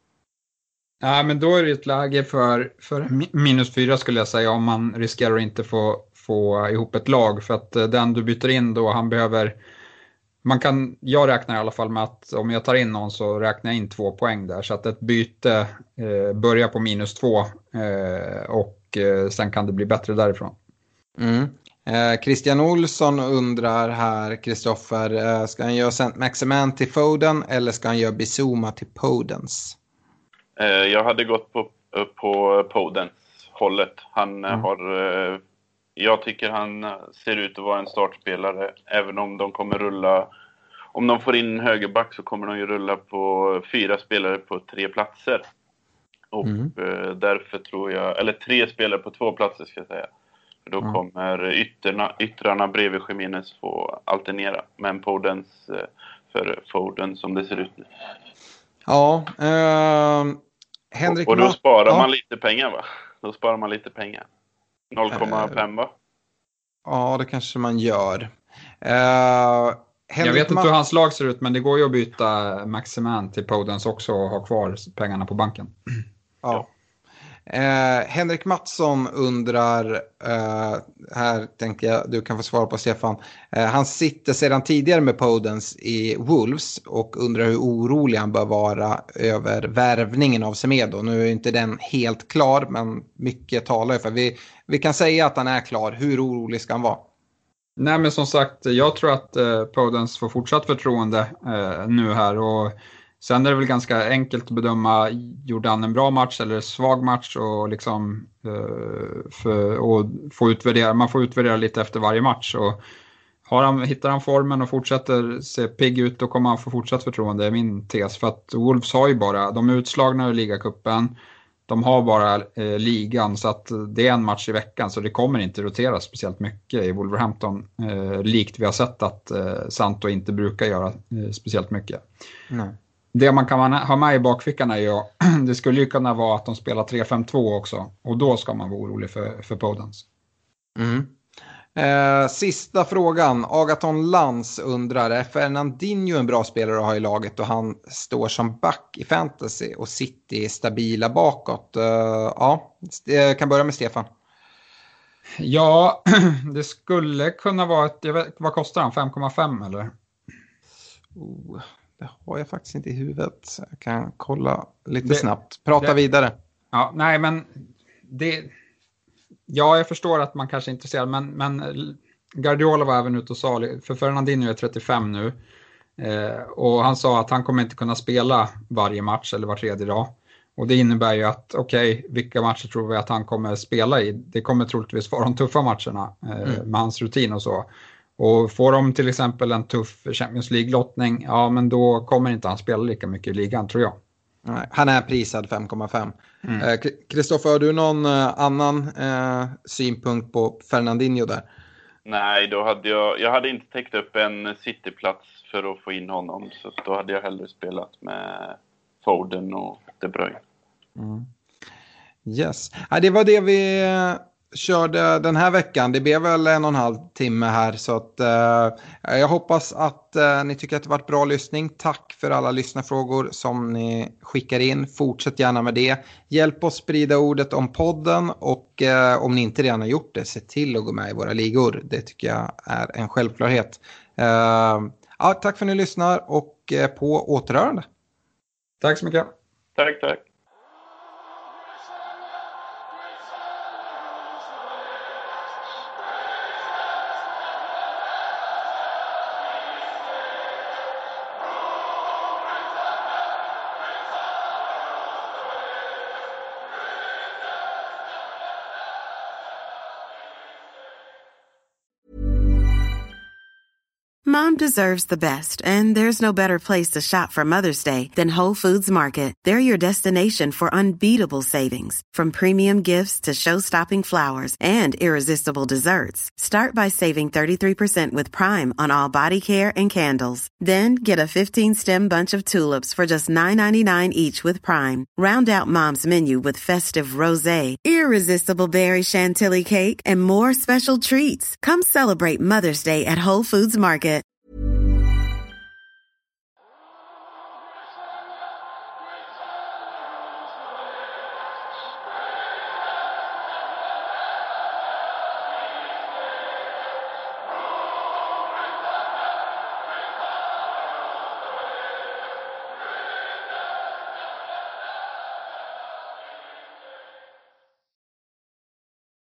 Ja, men då är det ett läge för -4 skulle jag säga, om man riskerar att inte få ihop ett lag. För att den du byter in då, han behöver... Jag räknar i alla fall med att om jag tar in någon så räknar jag in 2 poäng där. Så att ett byte börjar på -2 och sen kan det bli bättre därifrån. Christian Olsson undrar här, Kristoffer, ska han göra St. Maximan till Foden eller ska han göra Bissouma till Podence? Jag hade gått på Podence hållet. Han har... Jag tycker han ser ut att vara en startspelare, även om de kommer rulla, om de får in en högerback så kommer de ju rulla på 4 spelare på 3 platser. Och därför tror jag, eller 3 spelare på 2 platser ska jag säga. För då kommer yttrarna bredvid Jimenez få alternera. Men Podence för Foden som det ser ut nu. Ja, Henrik... Och då sparar man lite pengar, va? Då sparar man lite pengar. 0,5 va? Ja, det kanske man gör. Jag vet inte hur hans lag ser ut, men det går ju att byta Maximan till Podence också och ha kvar pengarna på banken. Ja. Henrik Mattsson undrar, här tänker jag du kan få svara på, Stefan. Han sitter sedan tidigare med Podence i Wolves och undrar hur orolig han bör vara över värvningen av Semedo. Nu är inte den helt klar, men mycket talar för. Vi kan säga att han är klar. Hur orolig ska han vara? Nej, men som sagt, jag tror att Podence får fortsatt förtroende nu här, och sen är det väl ganska enkelt att bedöma, gjorde han en bra match eller svag match, och liksom man får utvärdera lite efter varje match. Och hittar han formen och fortsätter se pigg ut, då kommer han få fortsatt förtroende, är min tes. För att Wolves har ju bara, de är utslagna ur ligacupen, de har bara ligan, så att det är en match i veckan, så det kommer inte rotera speciellt mycket i Wolverhampton, likt vi har sett att Santo inte brukar göra speciellt mycket. Nej. Det man kan ha med i bakfickan är ju, det skulle ju kunna vara att de spelar 3-5-2 också, och då ska man vara orolig för Podence. Sista frågan. Agaton Lans undrar, är Fernandinho en bra spelare att ha i laget och han står som back i fantasy och City stabila bakåt? Ja, jag kan börja med Stefan. Ja, det skulle kunna vara vad kostar han? 5,5 eller? Det har jag faktiskt inte i huvudet. Jag kan kolla lite snabbt. Prata vidare. Ja, nej men jag förstår att man kanske är intresserad, men Guardiola var även ute och sa, för Fernandinho är 35 nu, och han sa att han kommer inte kunna spela varje match eller var tredje dag. Och det innebär ju att vilka matcher tror vi att han kommer spela i? Det kommer troligtvis vara de tuffa matcherna med hans rutin och så. Och får de till exempel en tuff Champions League-lottning, ja men då kommer inte han spela lika mycket i ligan, tror jag. Nej, han är prisad 5,5. Kristoffer, har du någon annan synpunkt på Fernandinho där? Nej, då hade jag hade inte täckt upp en Cityplats för att få in honom. Så då hade jag hellre spelat med Foden och De Bruyne. Yes. Ja, det var det vi körde den här veckan. Det blev väl 1,5 timme här. Så att, jag hoppas att ni tycker att det var ett bra lyssning. Tack för alla lyssnarfrågor som ni skickar in. Fortsätt gärna med det. Hjälp oss sprida ordet om podden. Och om ni inte redan har gjort det, se till att gå med i våra ligor. Det tycker jag är en självklarhet. Ja, tack för att ni lyssnar och på återhörande. Tack så mycket. Tack. Mom deserves the best, and there's no better place to shop for Mother's Day than Whole Foods Market. They're your destination for unbeatable savings, from premium gifts to show-stopping flowers and irresistible desserts. Start by saving 33% with Prime on all body care and candles. Then get a 15-stem bunch of tulips for just $9.99 each with Prime. Round out Mom's menu with festive rosé, irresistible berry chantilly cake, and more special treats. Come celebrate Mother's Day at Whole Foods Market.